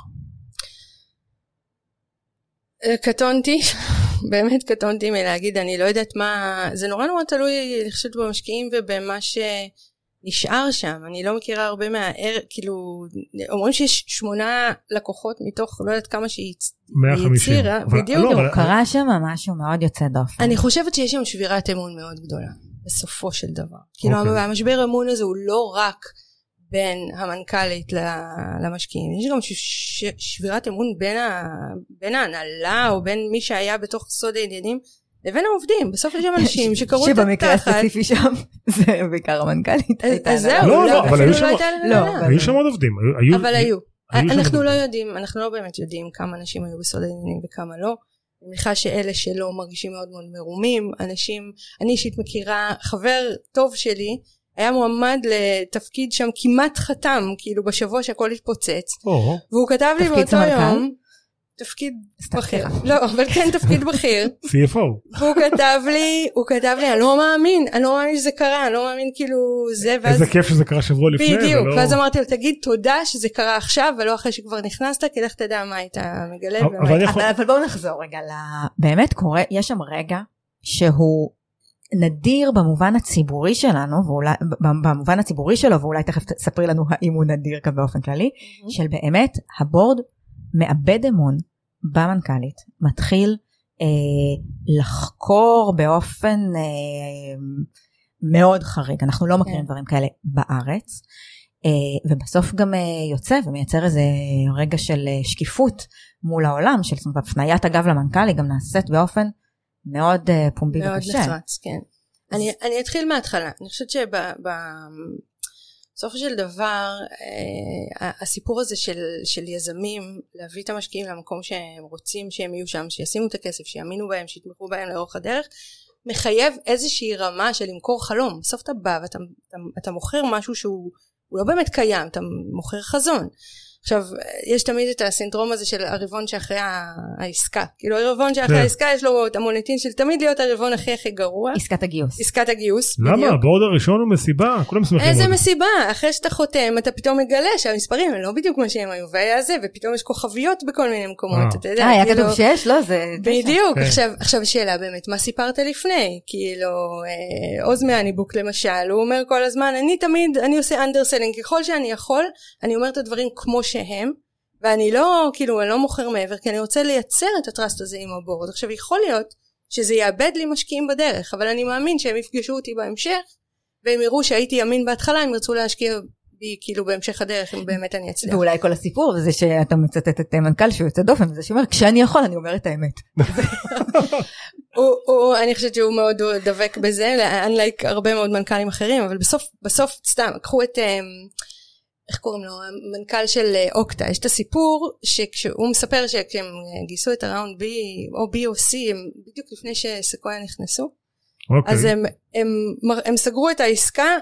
Speaker 6: קטונתי, באמת קטונתי מלהגיד, אני לא יודעת מה, זה נורא נורא תלוי, אני חושבת במשקיעים ובמה שנשאר שם, אני לא מכירה הרבה מהער, כאילו, אומרים שיש שמונה לקוחות מתוך, לא יודעת כמה שהיא יצירה, בדיוק.
Speaker 1: קרה שם משהו מאוד יוצא דופן.
Speaker 6: אני חושבת שיש שם שבירת אמון מאוד גדולה, בסופו של דבר. כאילו, המשבר אמון הזה הוא לא רק בין המנכ"לית למשקיעים, יש גם שבירת אמון בין, ה, בין ההנהלה או בין מי שהיה בתוך סוד העניינים לבין העובדים. בסוף יש שם אנשים שקראו את התחת.
Speaker 1: שבמקרה הספציפי שם זה בעיקר המנכ"לית.
Speaker 6: אז זהו,
Speaker 2: לא, לא, אבל היו שם,
Speaker 6: לא,
Speaker 2: היו שם עוד עובדים.
Speaker 6: אבל היו. אנחנו לא יודעים, אנחנו לא באמת יודעים כמה אנשים היו בסוד העניינים וכמה לא. אני מניחה שאלה שלא מרגישים מאוד מאוד מרומים, אנשים, אני אישית מכירה חבר טוב שלי, היה מועמד לתפקיד שם כמעט חתם, כאילו בשבוע שהכל התפוצץ, והוא כתב לי באותו יום, תפקיד בכיר, לא, אבל כן תפקיד בכיר,
Speaker 2: סי אף או,
Speaker 6: והוא כתב לי, הוא כתב לי, אני לא מאמין, אני לא מאמין שזה קרה, אני לא מאמין כאילו זה,
Speaker 2: איזה כיף שזה קרה שבוע לפני,
Speaker 6: בדיוק, ואז אמרתי לו, תגיד תודה שזה קרה עכשיו, ולא אחרי שכבר נכנסת, כי לך תדע מה היית מגלה,
Speaker 1: אבל בואו נחזור רגע, באמת קורה, יש שם רגע שהוא נדיר במובן הציבורי שלנו, ואולי, במובן הציבורי שלו, ואולי תכף תספרי לנו האם הוא נדיר כאן באופן כללי, mm-hmm. של באמת הבורד מאבד אמון במנכ"לית, מתחיל אה, לחקור באופן אה, מאוד חריג, אנחנו לא מכירים okay. דברים כאלה בארץ, אה, ובסוף גם אה, יוצא ומייצר איזה רגע של אה, שקיפות מול העולם, של זאת אומרת, הפניית הגב למנכ"ל, גם נעשית באופן מאוד uh, פומבי
Speaker 6: מאוד
Speaker 1: וקשה.
Speaker 6: מאוד נחרץ, כן. אני, אני אתחיל מההתחלה. אני חושבת שבסוף בסופו של דבר, הסיפור הזה של, של יזמים, להביא את המשקיעים למקום שהם רוצים שהם יהיו שם, שישימו את הכסף, שיאמינו בהם, שיתמכו בהם לאורך הדרך, מחייב איזושהי רמה של למכור חלום. בסוף אתה בא ואתה אתה, אתה מוכר משהו שהוא לא באמת קיים, אתה מוכר חזון. עכשיו, יש תמיד את הסינדרום הזה של הרבעון שאחרי העסקה. כאילו, הרבעון שאחרי העסקה יש לו את המוניטין של תמיד להיות הרבעון הכי הכי גרוע.
Speaker 1: עסקת הגיוס.
Speaker 6: עסקת הגיוס.
Speaker 2: למה? הבורד הראשון הוא מסיבה, כולם שמחים.
Speaker 6: איזה מסיבה? אחרי שאתה חותם, אתה פתאום מגלה שהמספרים הם לא בדיוק מה שהם היו, והיה זה, ופתאום יש כוכביות בכל מיני מקומות, אתה יודע.
Speaker 1: אה, היה כתוב שיש? לא, זה...
Speaker 6: בדיוק. עכשיו שאלה באמת, מה סיפרת לפני? כאילו, עוז מהניבוק למשל, הוא אומר כל הזמן, אני תמיד, אני עושה אנדרסלינג, ככל שאני יכול, אני אומר את הדברים כמו שהם, ואני לא, כאילו, אני לא מוכר מעבר, כי אני רוצה לייצר את הטרסט הזה עם הבורד. עכשיו, יכול להיות שזה יאבד לי משקיעים בדרך, אבל אני מאמין שהם יפגשו אותי בהמשך, והם יראו שהייתי ימין בהתחלה, הם ירצו להשקיע בי, כאילו, בהמשך הדרך, אם באמת אני אצליח.
Speaker 1: ואולי כל הסיפור, זה שאתה מצטט את מנכ"ל שהוא יוצא דופן, זה שאומר, כשאני יכול, אני אומר את האמת.
Speaker 6: אני חושבת שהוא מאוד דבק בזה, unlike הרבה מאוד מנכ"לים אחרים, אבל בסוף, בסוף, סתם, קחו את... איך קוראים לו? המנכ"ל של אוקטה. יש את הסיפור שכשהוא מספר שכשהם גייסו את הראונד B או B או C, הם בדיוק לפני שסקויה נכנסו, okay. אז הם, הם, הם סגרו את העסקה,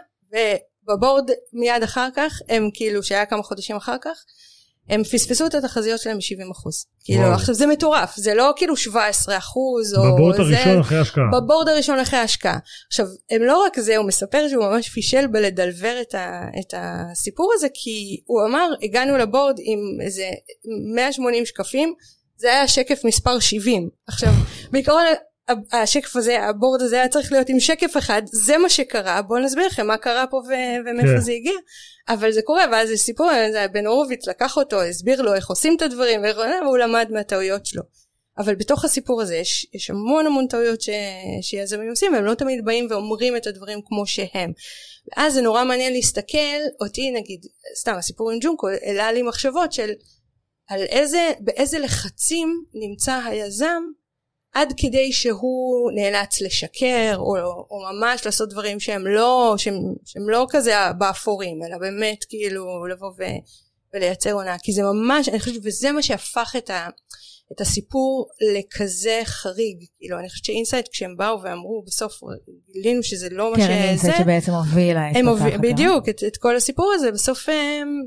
Speaker 6: ובבורד מיד אחר כך, הם כאילו, שהיה כמה חודשים אחר כך, הם פספסו את התחזיות שלהם ב-שבעים אחוז. כאילו, עכשיו זה מטורף, זה לא כאילו שבע עשרה אחוז, או
Speaker 2: בבורד
Speaker 6: זה,
Speaker 2: הראשון אחרי ההשקעה.
Speaker 6: בבורד הראשון אחרי ההשקעה. עכשיו, הם לא רק זה, הוא מספר שהוא ממש פישל בלדלבר את, ה, את הסיפור הזה, כי הוא אמר, הגענו לבורד עם איזה מאה ושמונים שקפים, זה היה שקף מספר שבעים. עכשיו, בעיקרון, השקף הזה, הבורד הזה היה צריך להיות עם שקף אחד, זה מה שקרה, בואו נסביר לכם מה קרה פה ומאיפה זה הגיע, אבל זה קורה, ואז זה סיפור, בן הורוביץ לקח אותו, הסביר לו איך עושים את הדברים, והוא למד מהטעויות שלו, אבל בתוך הסיפור הזה יש, יש המון המון טעויות ש, שיזמים עושים, הם לא תמיד באים ואומרים את הדברים כמו שהם, ואז זה נורא מעניין להסתכל, אותי נגיד, סתם הסיפור עם ג'ונקו, העלה לי מחשבות של, על איזה, באיזה לחצים נמצא היזם, עד כדי שהוא נאלץ לשקר, או, או ממש לעשות דברים שהם לא, שהם, שהם לא כזה באפורים, אלא באמת כאילו לבוא ו, ולייצר עונה, כי זה ממש, אני חושבת, וזה מה שהפך את, ה, את הסיפור לכזה חריג, כאילו אני חושבת שאינסייט כשהם באו ואמרו, בסוף גילינו שזה לא
Speaker 1: כן,
Speaker 6: מה שזה,
Speaker 1: כן, אינסייט שבעצם הובילה את
Speaker 6: הוביל, בדיוק, את, את כל הסיפור הזה, בסוף הם,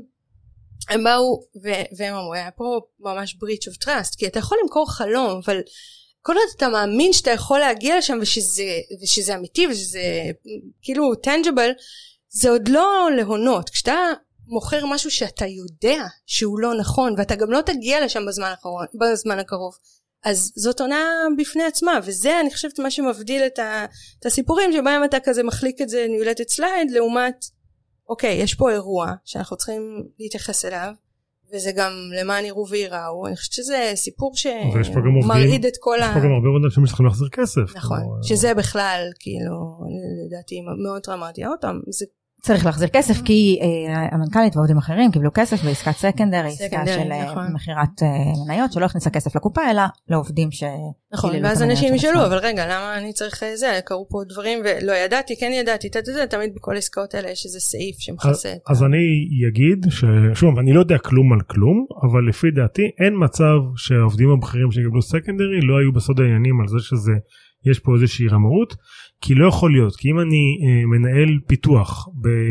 Speaker 6: הם באו, ו, והם אמרו, היה פה ממש breach of trust, כי אתה יכול למכור חלום, אבל כל עוד אתה מאמין שאתה יכול להגיע לשם ושזה, ושזה אמיתי ושזה כאילו tangible, זה עוד לא להונות. כשאתה מוכר משהו שאתה יודע שהוא לא נכון, ואתה גם לא תגיע לשם בזמן הקרוב, בזמן הקרוב, אז זאת עונה בפני עצמה, וזה אני חושבת מה שמבדיל את, ה, את הסיפורים שבהם אתה כזה מחליק את זה ניולטת סלייד, לעומת, אוקיי, יש פה אירוע שאנחנו צריכים להתייחס אליו, וזה גם למען יראו ויראו, אני חושבת שזה סיפור שמרעיד את כל ה...
Speaker 2: יש פה גם הרבה מאוד אנשים שצריכים להחזיר כסף.
Speaker 6: נכון, שזה בכלל, כאילו, לדעתי מאוד דרמטי. עוד פעם, זה...
Speaker 1: צריך להחזיר כסף, כי המנכ"לית ועובדים אחרים קיבלו כסף בעסקת סקנדרי, עסקה של מחירת מניות, שלא הכניסה כסף לקופה, אלא לעובדים ש...
Speaker 6: נכון, ואז אנשים ישאלו, אבל רגע, למה אני צריך זה? קרו פה דברים, ולא ידעתי, כן ידעתי, אתה יודע, תמיד בכל עסקאות האלה יש איזה סעיף שמחסה.
Speaker 2: אז אני אגיד, שוב, אני לא יודע כלום על כלום, אבל לפי דעתי, אין מצב שהעובדים הבכירים שקיבלו סקנדרי, לא היו בסוד העניינים על זה שזה, יש פה איזושהי רמאות, כי לא יכול להיות, כי אם אני uh, מנהל פיתוח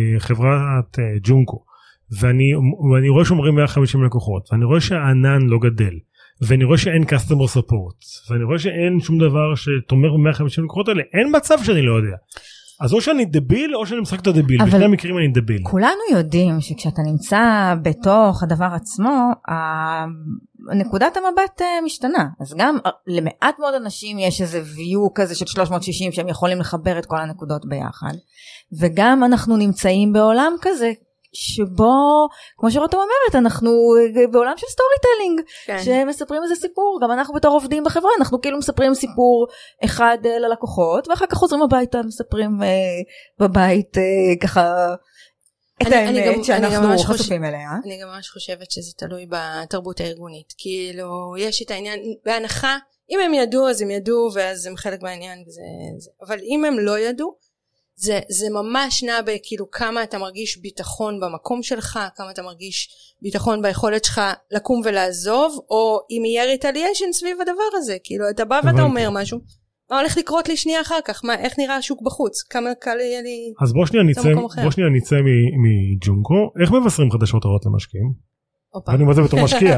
Speaker 2: בחברת uh, ג'ונקו, ואני, ואני רואה שאומרים מאה וחמישים לקוחות, ואני רואה שהענן לא גדל, ואני רואה שאין customer support, ואני רואה שאין שום דבר שתומך ב-מאה וחמישים לקוחות האלה, אין מצב שאני לא יודע. אז או שאני דביל, או שאני משחק את הדביל. בשני המקרים אני דביל.
Speaker 1: כולנו יודעים שכשאתה נמצא בתוך הדבר עצמו, נקודת המבט משתנה. אז גם למעט מאוד אנשים יש איזה view כזה של שלוש מאות שישים, שהם יכולים לחבר את כל הנקודות ביחד. וגם אנחנו נמצאים בעולם כזה, שבו, כמו שרותם אומרת, אנחנו בעולם של סטורי טלינג, כן. שמספרים איזה סיפור, גם אנחנו בתור עובדים בחברה, אנחנו כאילו מספרים סיפור אחד ללקוחות, ואחר כך חוזרים הביתה, מספרים אה, בבית אה, ככה, את אני, האמת אני גם, שאנחנו אני חשופים חושב, אליה.
Speaker 6: אני גם ממש חושבת שזה תלוי בתרבות הארגונית, כאילו יש את העניין, בהנחה, אם הם ידעו אז הם ידעו, ואז הם חלק מהעניין, וזה, זה. אבל אם הם לא ידעו, זה, זה ממש נע בכאילו כמה אתה מרגיש ביטחון במקום שלך, כמה אתה מרגיש ביטחון ביכולת שלך לקום ולעזוב, או אם יהיה ריטליאשן סביב הדבר הזה, כאילו אתה בא ואתה אומר משהו, מה הולך לקרות לי שנייה אחר כך, מה, איך נראה השוק בחוץ, כמה קל יהיה לי...
Speaker 2: אז בוא שנייה נצא, בוא שנייה נצא מג'ונקו, איך מבשרים חדשות רעות למשקיעים? אני אומר זה בתור משקיע.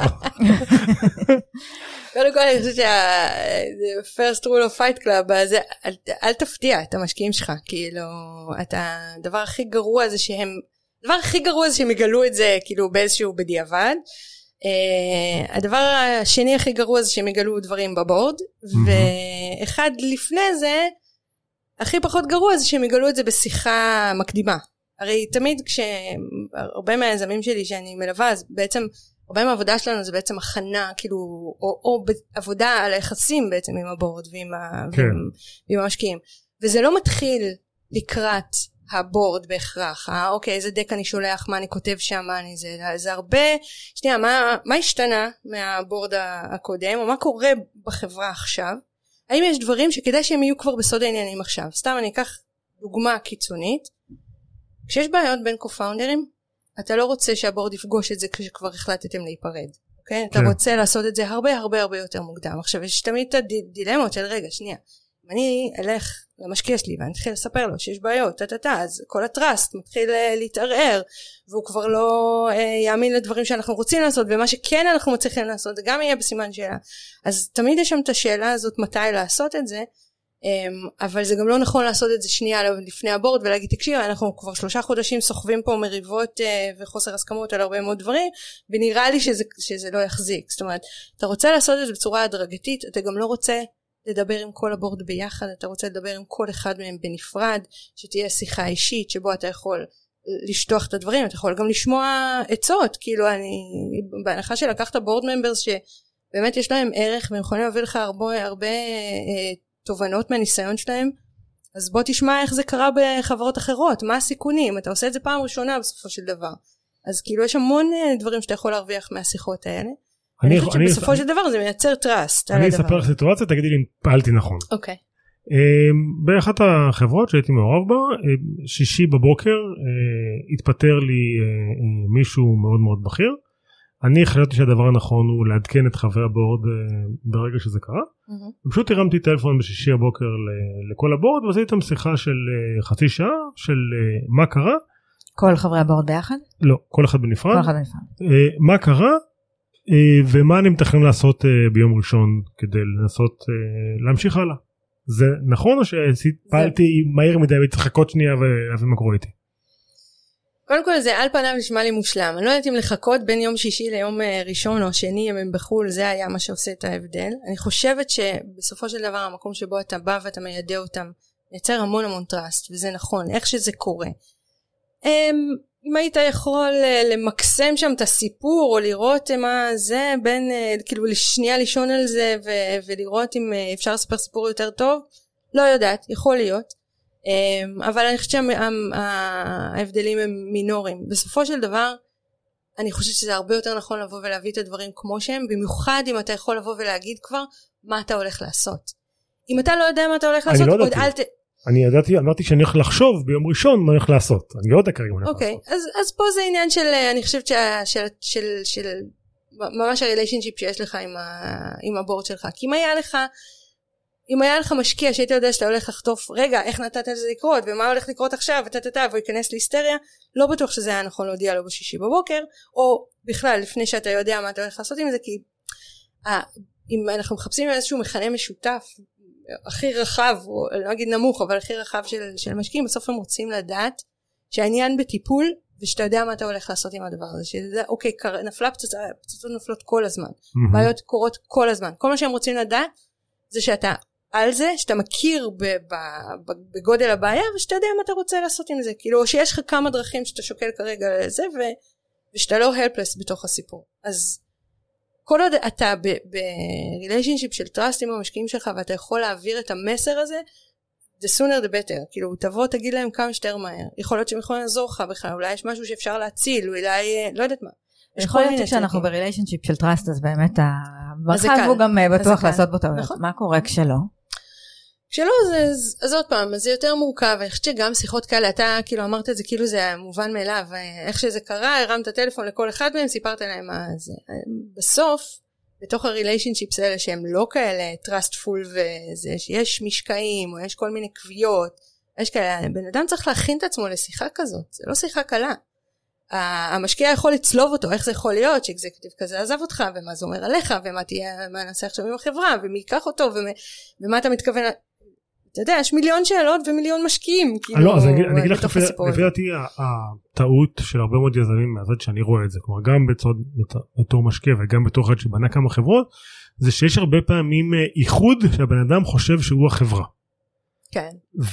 Speaker 6: קודם כל אני חושבת שה-first rule of fight club, אל תפתיע את המשקיעים שלך, כאילו, הדבר הכי גרוע זה שהם, הדבר הכי גרוע זה שהם יגלו את זה כאילו באיזשהו בדיעבד, הדבר השני הכי גרוע זה שהם יגלו דברים בבורד, ואחד לפני זה, הכי פחות גרוע זה שהם יגלו את זה בשיחה מקדימה. הרי תמיד כשהרבה מהיזמים שלי שאני מלווה, אז בעצם הרבה מהעבודה שלנו זה בעצם הכנה, כאילו, או, או עבודה על היחסים בעצם עם הבורד ועם, ה, כן. ועם, ועם המשקיעים. וזה לא מתחיל לקראת הבורד בהכרח, אה? אוקיי, איזה דק אני שולח, מה אני כותב שם, מה אני זה, זה הרבה, שנייה, מה, מה השתנה מהבורד הקודם, או מה קורה בחברה עכשיו? האם יש דברים שכדאי שהם יהיו כבר בסוד העניינים עכשיו? סתם אני אקח דוגמה קיצונית, כשיש בעיות בין קו-פאונדרים, אתה לא רוצה שהבורד יפגוש את זה כשכבר החלטתם להיפרד, אוקיי? אתה רוצה לעשות את זה הרבה הרבה הרבה יותר מוקדם. עכשיו יש תמיד את הדילמות של רגע, שנייה, אם אני אלך למשקיע שלי ואני אתחיל לספר לו שיש בעיות, תתתה, אז כל הטראסט מתחיל להתערער, והוא כבר לא יאמין לדברים שאנחנו רוצים לעשות, ומה שכן אנחנו מצליחים לעשות, זה גם יהיה בסימן שאלה. אז תמיד יש שם את השאלה הזאת מתי לעשות את זה, אבל זה גם לא נכון לעשות את זה שנייה לפני הבורד ולהגיד תקשיב, אנחנו כבר שלושה חודשים סוחבים פה מריבות וחוסר הסכמות על הרבה מאוד דברים, ונראה לי שזה, שזה לא יחזיק. זאת אומרת, אתה רוצה לעשות את זה בצורה הדרגתית, אתה גם לא רוצה לדבר עם כל הבורד ביחד, אתה רוצה לדבר עם כל אחד מהם בנפרד, שתהיה שיחה אישית שבו אתה יכול לשטוח את הדברים, אתה יכול גם לשמוע עצות, כאילו אני, בהנחה שלקחת בורד ממברס שבאמת יש להם ערך והם יכולים להביא לך הרבה, הרבה תובנות מהניסיון שלהם, אז בוא תשמע איך זה קרה בחברות אחרות, מה הסיכונים, אתה עושה את זה פעם ראשונה בסופו של דבר, אז כאילו יש המון דברים שאתה יכול להרוויח מהשיחות האלה, אני חושבת שבסופו של דבר זה מייצר טראסט.
Speaker 2: אני אספר לך סיטואציה, תגידי לי אם פעלתי נכון.
Speaker 6: אוקיי.
Speaker 2: באחת החברות שהייתי מעורב בה, שישי בבוקר התפטר לי מישהו מאוד מאוד בכיר, אני חשבתי שהדבר הנכון הוא לעדכן את חברי הבורד ברגע שזה קרה, פשוט הרמתי טלפון בשישי הבוקר לכל הבורד, ועשיתי איתם שיחה של חצי שעה, של מה קרה.
Speaker 1: כל חברי הבורד ביחד?
Speaker 2: לא, כל אחד בנפרד.
Speaker 1: כל אחד בנפרד.
Speaker 2: מה קרה, ומה אני מתכנן לעשות ביום ראשון, כדי לנסות להמשיך הלאה. זה נכון או שפעלתי מהר מדי וצחקות שנייה ומה קורה איתי?
Speaker 6: קודם כל זה על פניו נשמע לי מושלם, אני לא יודעת אם לחכות בין יום שישי ליום ראשון או שני אם הם בחול, זה היה מה שעושה את ההבדל. אני חושבת שבסופו של דבר המקום שבו אתה בא ואתה מיידע אותם יצר המון המון טראסט, וזה נכון, איך שזה קורה. אם היית יכול למקסם שם את הסיפור או לראות מה זה בין, כאילו לשנייה לישון על זה ו- ולראות אם אפשר לספר סיפור יותר טוב, לא יודעת, יכול להיות. אבל אני חושבת שההבדלים הם מינוריים. בסופו של דבר, אני חושבת שזה הרבה יותר נכון לבוא ולהביא את הדברים כמו שהם, במיוחד אם אתה יכול לבוא ולהגיד כבר מה אתה הולך לעשות. אם אתה לא יודע מה אתה הולך לעשות, עוד אל ת...
Speaker 2: אני ידעתי, אמרתי שאני הולך לחשוב ביום ראשון מה הולך לעשות. אני לא יודע כרגע מה הולך לעשות.
Speaker 6: אוקיי, אז פה זה עניין של, אני חושבת של ממש הריליישנשיפ שיש לך עם הבורד שלך. כי אם היה לך... אם היה לך משקיע שהיית יודע שאתה הולך לחטוף, רגע, איך נתת לזה לקרות, ומה הולך לקרות עכשיו, ותתתה, והוא ייכנס להיסטריה, לא בטוח שזה היה נכון להודיע לו בשישי בבוקר, או בכלל, לפני שאתה יודע מה אתה הולך לעשות עם זה, כי אה, אם אנחנו מחפשים איזשהו מכנה משותף, הכי רחב, או לא אגיד נמוך, אבל הכי רחב של, של משקיעים, בסוף הם רוצים לדעת שהעניין בטיפול, ושאתה יודע מה אתה הולך לעשות עם הדבר הזה, שזה, אוקיי, נפלה פצצה, פצצות נפלות כל הזמן, mm-hmm. בעיות קורות כל הזמן, כל מה שהם רוצים לדעת, זה שאתה על זה, שאתה מכיר בגודל הבעיה, ושאתה יודע מה אתה רוצה לעשות עם זה. כאילו, שיש לך כמה דרכים שאתה שוקל כרגע לזה, ושאתה לא helpless בתוך הסיפור. אז כל עוד אתה ב-relationship של trust עם המשקיעים שלך, ואתה יכול להעביר את המסר הזה, the sooner the better. כאילו, תבוא, תגיד להם כמה שתר מהר. יכול להיות שהם יכולים לעזור לך בכלל, אולי יש משהו שאפשר להציל, אולי, לא יודעת מה.
Speaker 1: יכול להיות שכשאנחנו ב-relationship של trust, אז באמת המרחב הוא גם בטוח לעשות בו טעויות. מה קורה כשלא?
Speaker 6: כשלא, זה, אז עוד פעם, אז זה יותר מורכב, אני חושבת שגם שיחות כאלה, אתה כאילו אמרת את זה, כאילו זה מובן מאליו, איך שזה קרה, הרמת טלפון לכל אחד מהם, סיפרת להם מה זה. בסוף, בתוך הריליישנשיפס האלה, שהם לא כאלה trustful וזה, שיש משקעים, או יש כל מיני קביעות, יש כאלה, בן אדם צריך להכין את עצמו לשיחה כזאת, זה לא שיחה קלה. המשקיע יכול לצלוב אותו, איך זה יכול להיות שאקזקטיב כזה עזב אותך, ומה זה אומר עליך, ומה תהיה, מה נעשה עכשיו עם החברה, ומי ייקח אותו, ומה אתה מתכוון, אתה יודע, יש מיליון שאלות ומיליון משקיעים,
Speaker 2: לא, אז אני אגיד לך, לפי דעתי, הטעות של הרבה מאוד יזמים מהצד שאני רואה את זה, כלומר גם בתור משקיע וגם בתור אחד שבנה כמה חברות, זה שיש הרבה פעמים איחוד שהבן אדם חושב שהוא החברה.
Speaker 6: כן.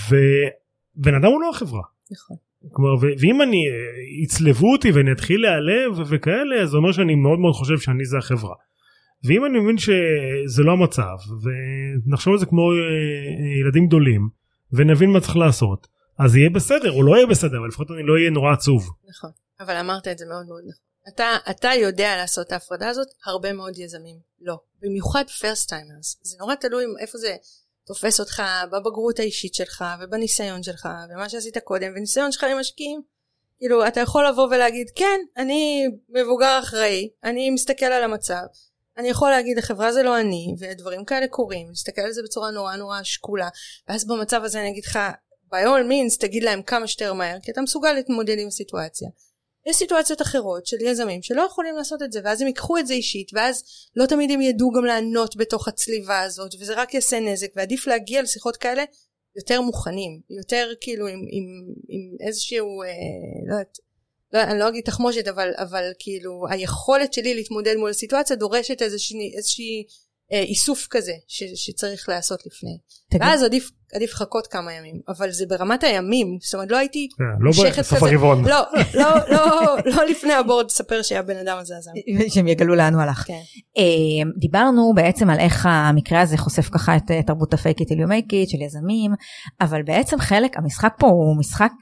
Speaker 2: ובן אדם הוא לא החברה.
Speaker 6: נכון.
Speaker 2: כלומר, ואם אני, יצלבו אותי ואני אתחיל להיעלב וכאלה, אז זה אומר שאני מאוד מאוד חושב שאני זה החברה. ואם אני מבין שזה לא המצב, ונחשוב על זה כמו ילדים גדולים, ונבין מה צריך לעשות, אז יהיה בסדר, או לא יהיה בסדר, אבל לפחות אני לא אהיה נורא עצוב.
Speaker 6: נכון, אבל אמרת את זה מאוד מאוד נכון. אתה, אתה יודע לעשות את ההפרדה הזאת, הרבה מאוד יזמים לא. במיוחד first timers. זה נורא תלוי איפה זה תופס אותך בבגרות האישית שלך, ובניסיון שלך, ומה שעשית קודם, וניסיון שלך עם משקיעים. כאילו, אתה יכול לבוא ולהגיד, כן, אני מבוגר אחראי, אני מסתכל על המצב, אני יכול להגיד, החברה זה לא אני, ודברים כאלה קורים, להסתכל על זה בצורה נורא נורא שקולה, ואז במצב הזה אני אגיד לך, by all means, תגיד להם כמה שתר מהר, כי אתה מסוגל להתמודד עם הסיטואציה. יש סיטואציות אחרות של יזמים שלא יכולים לעשות את זה, ואז הם ייקחו את זה אישית, ואז לא תמיד הם ידעו גם לענות בתוך הצליבה הזאת, וזה רק יעשה נזק, ועדיף להגיע לשיחות כאלה יותר מוכנים, יותר כאילו עם, עם, עם איזשהו, אה, לא יודעת, לא, אני לא אגיד תחמושת, אבל, אבל כאילו היכולת שלי להתמודד מול הסיטואציה דורשת איזושהי, איזושהי אה, איסוף כזה ש, שצריך לעשות לפני. תגיד. ואז עדיף, עדיף חכות כמה ימים, אבל זה ברמת הימים, זאת אומרת לא הייתי
Speaker 2: לא בסוף הרבעון.
Speaker 6: לא, לא, לא, לא לפני הבורד ספר שהבן אדם הזה עזם.
Speaker 1: שהם יגלו לאן הוא הלך.
Speaker 6: כן.
Speaker 1: דיברנו בעצם על איך המקרה הזה חושף ככה את תרבות ה-fake it till you make it של יזמים, אבל בעצם חלק, המשחק פה הוא משחק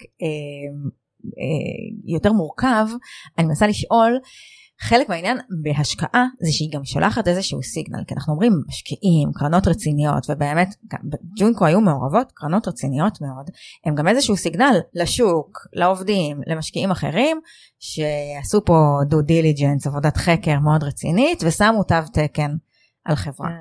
Speaker 1: יותר מורכב. אני מנסה לשאול, חלק מהעניין בהשקעה זה שהיא גם שולחת איזשהו סיגנל, כי אנחנו אומרים משקיעים, קרנות רציניות, ובאמת ג'ונקו היו מעורבות, קרנות רציניות מאוד, הם גם איזשהו סיגנל לשוק, לעובדים, למשקיעים אחרים, שעשו פה due diligence, עבודת חקר מאוד רצינית, ושמו תו תקן על חברה.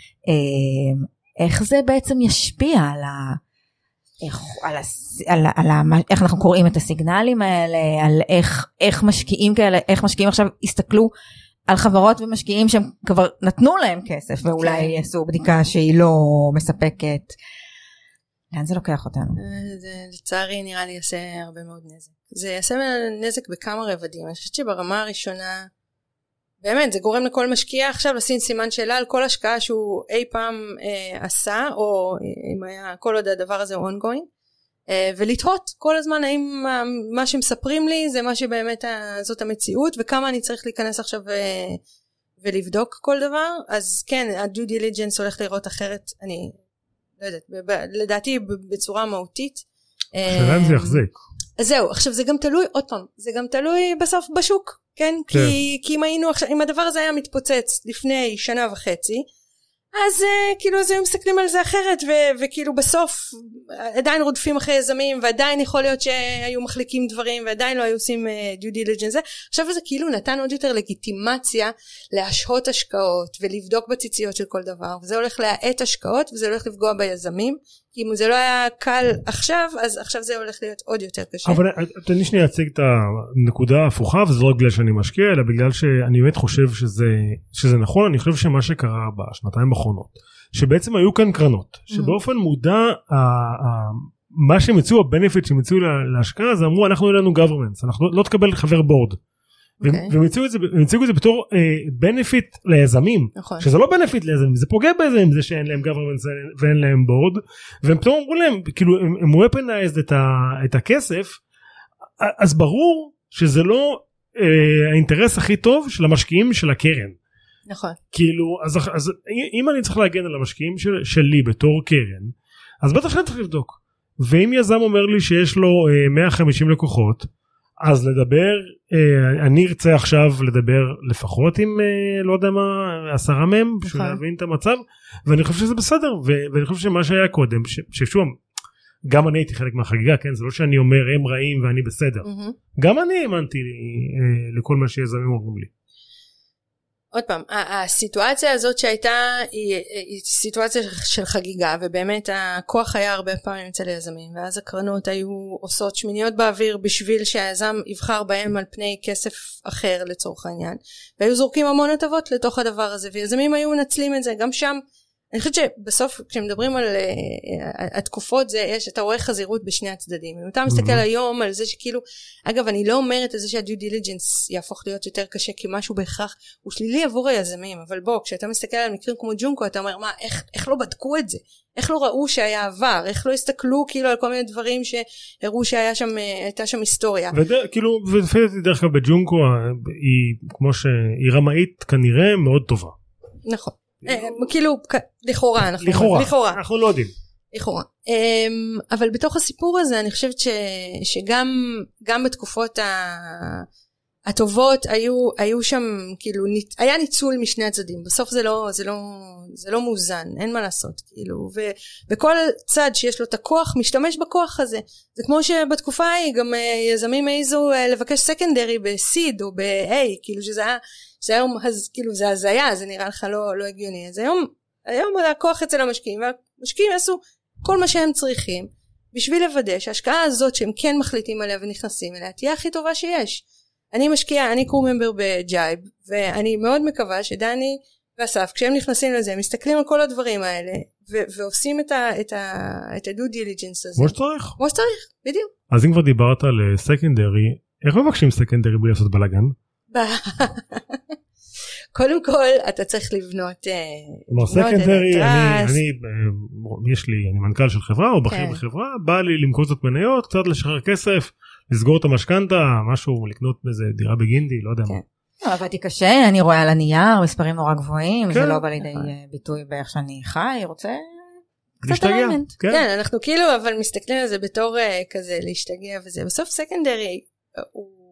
Speaker 1: איך זה בעצם ישפיע על ה... איך, על, על, על, על, איך אנחנו קוראים את הסיגנלים האלה, על איך, איך משקיעים כאלה, איך משקיעים עכשיו הסתכלו על חברות ומשקיעים שהם כבר נתנו להם כסף, ואולי okay. יעשו בדיקה שהיא לא מספקת. לאן זה לוקח אותנו?
Speaker 6: זה לצערי נראה לי יעשה הרבה מאוד נזק. זה יעשה נזק בכמה רבדים. אני חושבת שברמה הראשונה, באמת, זה גורם לכל משקיע עכשיו לשים סימן שאלה על כל השקעה שהוא אי פעם אה, עשה, או אם היה, כל עוד הדבר הזה הוא ongoing, אה, ולתהות כל הזמן האם מה, מה שמספרים לי זה מה שבאמת ה, זאת המציאות, וכמה אני צריך להיכנס עכשיו אה, ולבדוק כל דבר. אז כן, ה-due diligence הולך לראות אחרת, אני לא יודעת, ב- ב- לדעתי בצורה מהותית.
Speaker 2: השאלה אם זה יחזיק.
Speaker 6: אז זהו, עכשיו זה גם תלוי, עוד פעם, זה גם תלוי בסוף בשוק, כן? כן. כי, כי אם היינו עכשיו, אם הדבר הזה היה מתפוצץ לפני שנה וחצי, אז uh, כאילו אז הם מסתכלים על זה אחרת, ו- וכאילו בסוף עדיין רודפים אחרי יזמים, ועדיין יכול להיות שהיו מחליקים דברים, ועדיין לא היו עושים uh, due diligence. עכשיו זה כאילו נתן עוד יותר לגיטימציה להשהות השקעות, ולבדוק בציציות של כל דבר, וזה הולך להאט השקעות, וזה הולך לפגוע ביזמים, כי אם זה לא היה קל עכשיו, אז עכשיו זה הולך להיות עוד יותר קשה.
Speaker 2: אבל תני שנייה להציג את הנקודה ההפוכה, וזה לא בגלל שאני משקיע, אלא בגלל שאני באמת חושב שזה, שזה נכון. אני חושב שמה שקרה בשנתיים האחרונות, שבעצם היו כאן קרנות, שבאופן מודע, מה שהם יצאו, הבנפיט שהם יצאו להשקעה, זה אמרו, אנחנו אין לנו governments, אנחנו לא תקבל חבר בורד. והם הציגו את זה, הם הציגו את זה בתור בנפיט ליזמים, שזה לא בנפיט ליזמים, זה פוגע ביזמים, זה שאין להם government ואין להם בורד, והם פתאום אמרו להם, כאילו הם weaponized את הכסף, אז ברור שזה לא האינטרס הכי טוב של המשקיעים של הקרן.
Speaker 6: נכון.
Speaker 2: כאילו, אז אם אני צריך להגן על המשקיעים שלי בתור קרן, אז בטח שאני צריך לבדוק. ואם יזם אומר לי שיש לו מאה וחמישים לקוחות, אז לדבר, אני ארצה עכשיו לדבר לפחות עם, לא יודע מה, עשרה מהם, בשביל להבין את המצב, ואני חושב שזה בסדר, ואני חושב שמה שהיה קודם, ששוב, גם אני הייתי חלק מהחגיגה, כן, זה לא שאני אומר הם רעים ואני בסדר, גם אני האמנתי לכל מה שיזמים אומרים לי.
Speaker 6: עוד פעם, הסיטואציה הזאת שהייתה היא, היא סיטואציה של חגיגה, ובאמת הכוח היה הרבה פעמים אצל היזמים, ואז הקרנות היו עושות שמיניות באוויר בשביל שהיזם יבחר בהם על פני כסף אחר לצורך העניין, והיו זורקים המון הטבות לתוך הדבר הזה, ויזמים היו מנצלים את זה, גם שם, אני חושבת שבסוף כשמדברים על uh, התקופות זה יש, אתה רואה חזירות בשני הצדדים. אם אתה מסתכל היום על זה שכאילו, אגב אני לא אומרת על זה שהדיו דיליג'נס יהפוך להיות יותר קשה, כי משהו בהכרח הוא שלילי עבור היזמים, אבל בוא, כשאתה מסתכל על מקרים כמו ג'ונקו, אתה אומר, מה, איך, איך לא בדקו את זה? איך לא ראו שהיה עבר? איך לא הסתכלו כאילו על כל מיני דברים שהראו שהיה שם, הייתה שם היסטוריה?
Speaker 2: וכאילו, ולפי דרך כלל בג'ונקו, היא, כמו שהיא רמאית כנראה מאוד טובה.
Speaker 6: נכון. כאילו לכאורה אנחנו
Speaker 2: לכאורה אנחנו לא יודעים
Speaker 6: לכאורה, אבל בתוך הסיפור הזה אני חושבת שגם גם בתקופות הטובות היו היו שם כאילו היה ניצול משני הצדדים, בסוף זה לא זה לא זה לא מאוזן, אין מה לעשות כאילו, ובכל צד שיש לו את הכוח משתמש בכוח הזה. זה כמו שבתקופה ההיא גם יזמים העיזו לבקש סקנדרי בסיד או ב-A, כאילו שזה היה זה היום, אז כאילו זה הזיה, זה נראה לך לא, לא הגיוני. אז היום, היום הכוח אצל המשקיעים, והמשקיעים יעשו כל מה שהם צריכים, בשביל לוודא שההשקעה הזאת שהם כן מחליטים עליה ונכנסים אליה, תהיה הכי טובה שיש. אני משקיעה, אני קור ממבר בג'ייב, ואני מאוד מקווה שדני ואסף, כשהם נכנסים לזה, מסתכלים על כל הדברים האלה, ו- ועושים את ה- את ה- את הדו דיליג'נס הזה.
Speaker 2: כמו שצריך.
Speaker 6: כמו שצריך, בדיוק.
Speaker 2: אז אם כבר דיברת על סקנדרי, איך מבקשים סקנדרי בלי לעשות בלגן?
Speaker 6: קודם כל אתה צריך לבנות
Speaker 2: סקנדרי, אני יש לי אני מנכ"ל של חברה או בכיר בחברה, בא לי למכור קצת מניות, קצת לשחרר כסף, לסגור את המשכנתה, משהו, לקנות באיזה דירה בגינדי, לא יודע מה.
Speaker 1: עבדתי קשה, אני רואה על הנייר מספרים נורא גבוהים, זה לא בא לידי ביטוי באיך שאני חי, רוצה
Speaker 2: להשתגע.
Speaker 6: כן, אנחנו כאילו אבל מסתכלים על זה בתור כזה להשתגע וזה, בסוף סקנדרי הוא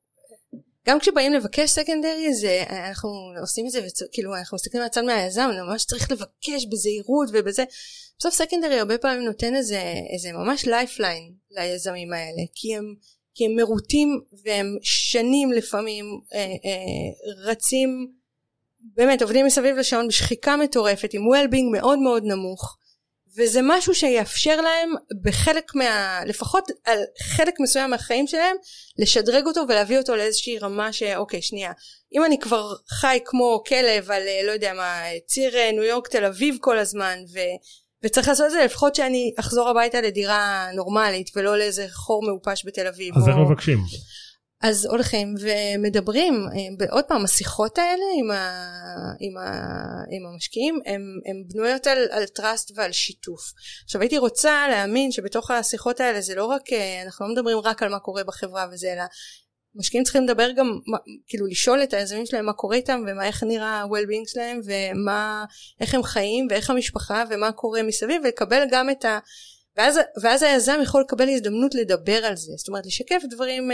Speaker 6: גם כשבאים לבקש סקנדרי, זה, אנחנו עושים את זה, וכאילו אנחנו מסתכלים מהצד מהיזם, ממש צריך לבקש בזהירות ובזה. בסוף סקנדרי הרבה פעמים נותן איזה, איזה ממש לייפליין ליזמים האלה, כי הם, כי הם מרוטים והם שנים לפעמים אה, אה, רצים, באמת עובדים מסביב לשעון בשחיקה מטורפת, עם well-being מאוד מאוד נמוך, וזה משהו שיאפשר להם בחלק מה, לפחות על חלק מסוים מהחיים שלהם, לשדרג אותו ולהביא אותו לאיזושהי רמה שאוקיי, שנייה, אם אני כבר חי כמו כלב על, לא יודע מה, ציר ניו יורק תל אביב כל הזמן, ו, וצריך לעשות את זה, לפחות שאני אחזור הביתה לדירה נורמלית, ולא לאיזה חור מעופש בתל אביב.
Speaker 2: אז איך מבקשים?
Speaker 6: אז הולכים ומדברים, עוד פעם, השיחות האלה עם, ה, עם, ה, עם המשקיעים, הם, הם בנויות על, על טראסט ועל שיתוף. עכשיו הייתי רוצה להאמין שבתוך השיחות האלה זה לא רק, אנחנו לא מדברים רק על מה קורה בחברה וזה, אלא משקיעים צריכים לדבר גם, כאילו לשאול את היזמים שלהם מה קורה איתם, ומה איך נראה ה-well-being שלהם, ומה, איך הם חיים, ואיך המשפחה, ומה קורה מסביב, ולקבל גם את ה... ואז, ואז היזם יכול לקבל הזדמנות לדבר על זה, זאת אומרת לשקף דברים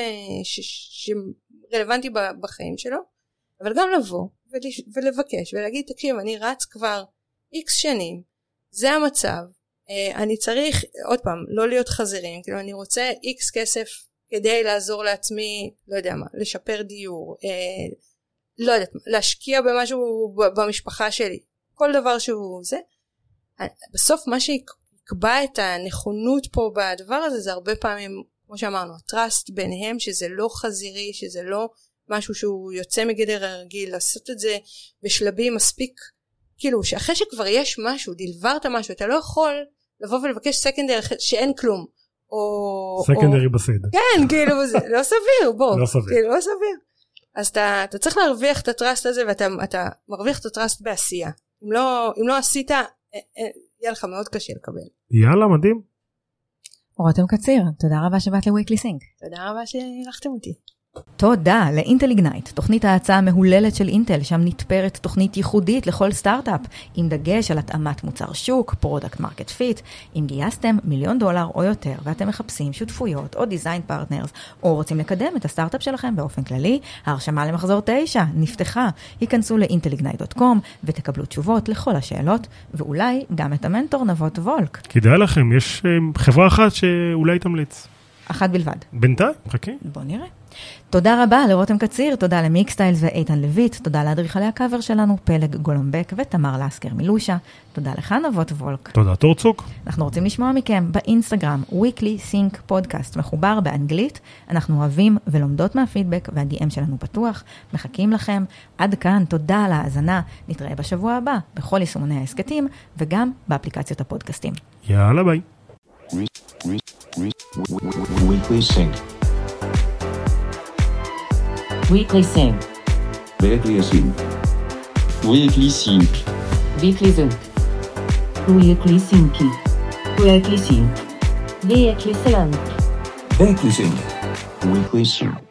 Speaker 6: שרלוונטיים בחיים שלו, אבל גם לבוא ולבקש ולהגיד, תקשיב, אני רץ כבר איקס שנים, זה המצב, אני צריך, עוד פעם, לא להיות חזירים, כאילו אני רוצה איקס כסף כדי לעזור לעצמי, לא יודע מה, לשפר דיור, לא יודעת, להשקיע במשהו במשפחה שלי, כל דבר שהוא זה, בסוף מה שיקרה, קבע את הנכונות פה בדבר הזה, זה הרבה פעמים, כמו שאמרנו, הטראסט ביניהם, שזה לא חזירי, שזה לא משהו שהוא יוצא מגדר הרגיל, לעשות את זה בשלבים מספיק, כאילו, שאחרי שכבר יש משהו, דלברת משהו, אתה לא יכול לבוא ולבקש סקנדרי שאין כלום. או...
Speaker 2: סקנדרי בסדר.
Speaker 6: כן, כאילו, זה לא סביר, בוא.
Speaker 2: לא סביר.
Speaker 6: כאילו, לא סביר. אז אתה, אתה צריך להרוויח את הטראסט הזה, ואתה אתה מרוויח את הטראסט בעשייה. אם לא, אם לא עשית, יהיה לך מאוד קשה לקבל.
Speaker 2: יאללה, מדהים.
Speaker 1: רותם קציר, תודה רבה שבאת לוויקלי סינק.
Speaker 6: תודה רבה שהלכתם אותי.
Speaker 1: תודה לאינטל איגנייט, תוכנית ההצעה המהוללת של אינטל, שם נתפרת תוכנית ייחודית לכל סטארט-אפ, עם דגש על התאמת מוצר שוק, פרודקט מרקט פיט. אם גייסתם מיליון דולר או יותר, ואתם מחפשים שותפויות או דיזיין פרטנרס, או רוצים לקדם את הסטארט-אפ שלכם באופן כללי, ההרשמה למחזור תשע נפתחה. היכנסו ל-אינטל איגנייט דוט קום ותקבלו תשובות לכל השאלות, ואולי גם את המנטור נבות וולק.
Speaker 2: כדאי לכם, יש חברה אחת שאולי תמליץ.
Speaker 1: אחת בלבד.
Speaker 2: בינתיים, חכה.
Speaker 1: בוא נראה. תודה רבה לרותם קציר, תודה למיקסטיילס ואיתן לויט, תודה לאדריכלי הקאבר שלנו, פלג גולומבק ותמר לסקר מלושה, תודה לך נבות וולק.
Speaker 2: תודה תורצוק.
Speaker 1: אנחנו רוצים לשמוע מכם באינסטגרם, Weekly Sync Podcast, מחובר באנגלית, אנחנו אוהבים ולומדות מהפידבק וה-די אם שלנו פתוח, מחכים לכם. עד כאן, תודה על ההאזנה, נתראה בשבוע הבא, בכל יישומוני העסקתים וגם באפליקציות הפודקאסטים.
Speaker 2: יאללה ביי.
Speaker 3: Weekly Sync.
Speaker 4: Weekly Sync.
Speaker 3: Weekly Sync.
Speaker 5: Weekly Sync.
Speaker 4: Weekly Sync. Weekly Sync. Weekly Sync. Weekly Sync.
Speaker 3: Weekly Sync. Weekly Sync.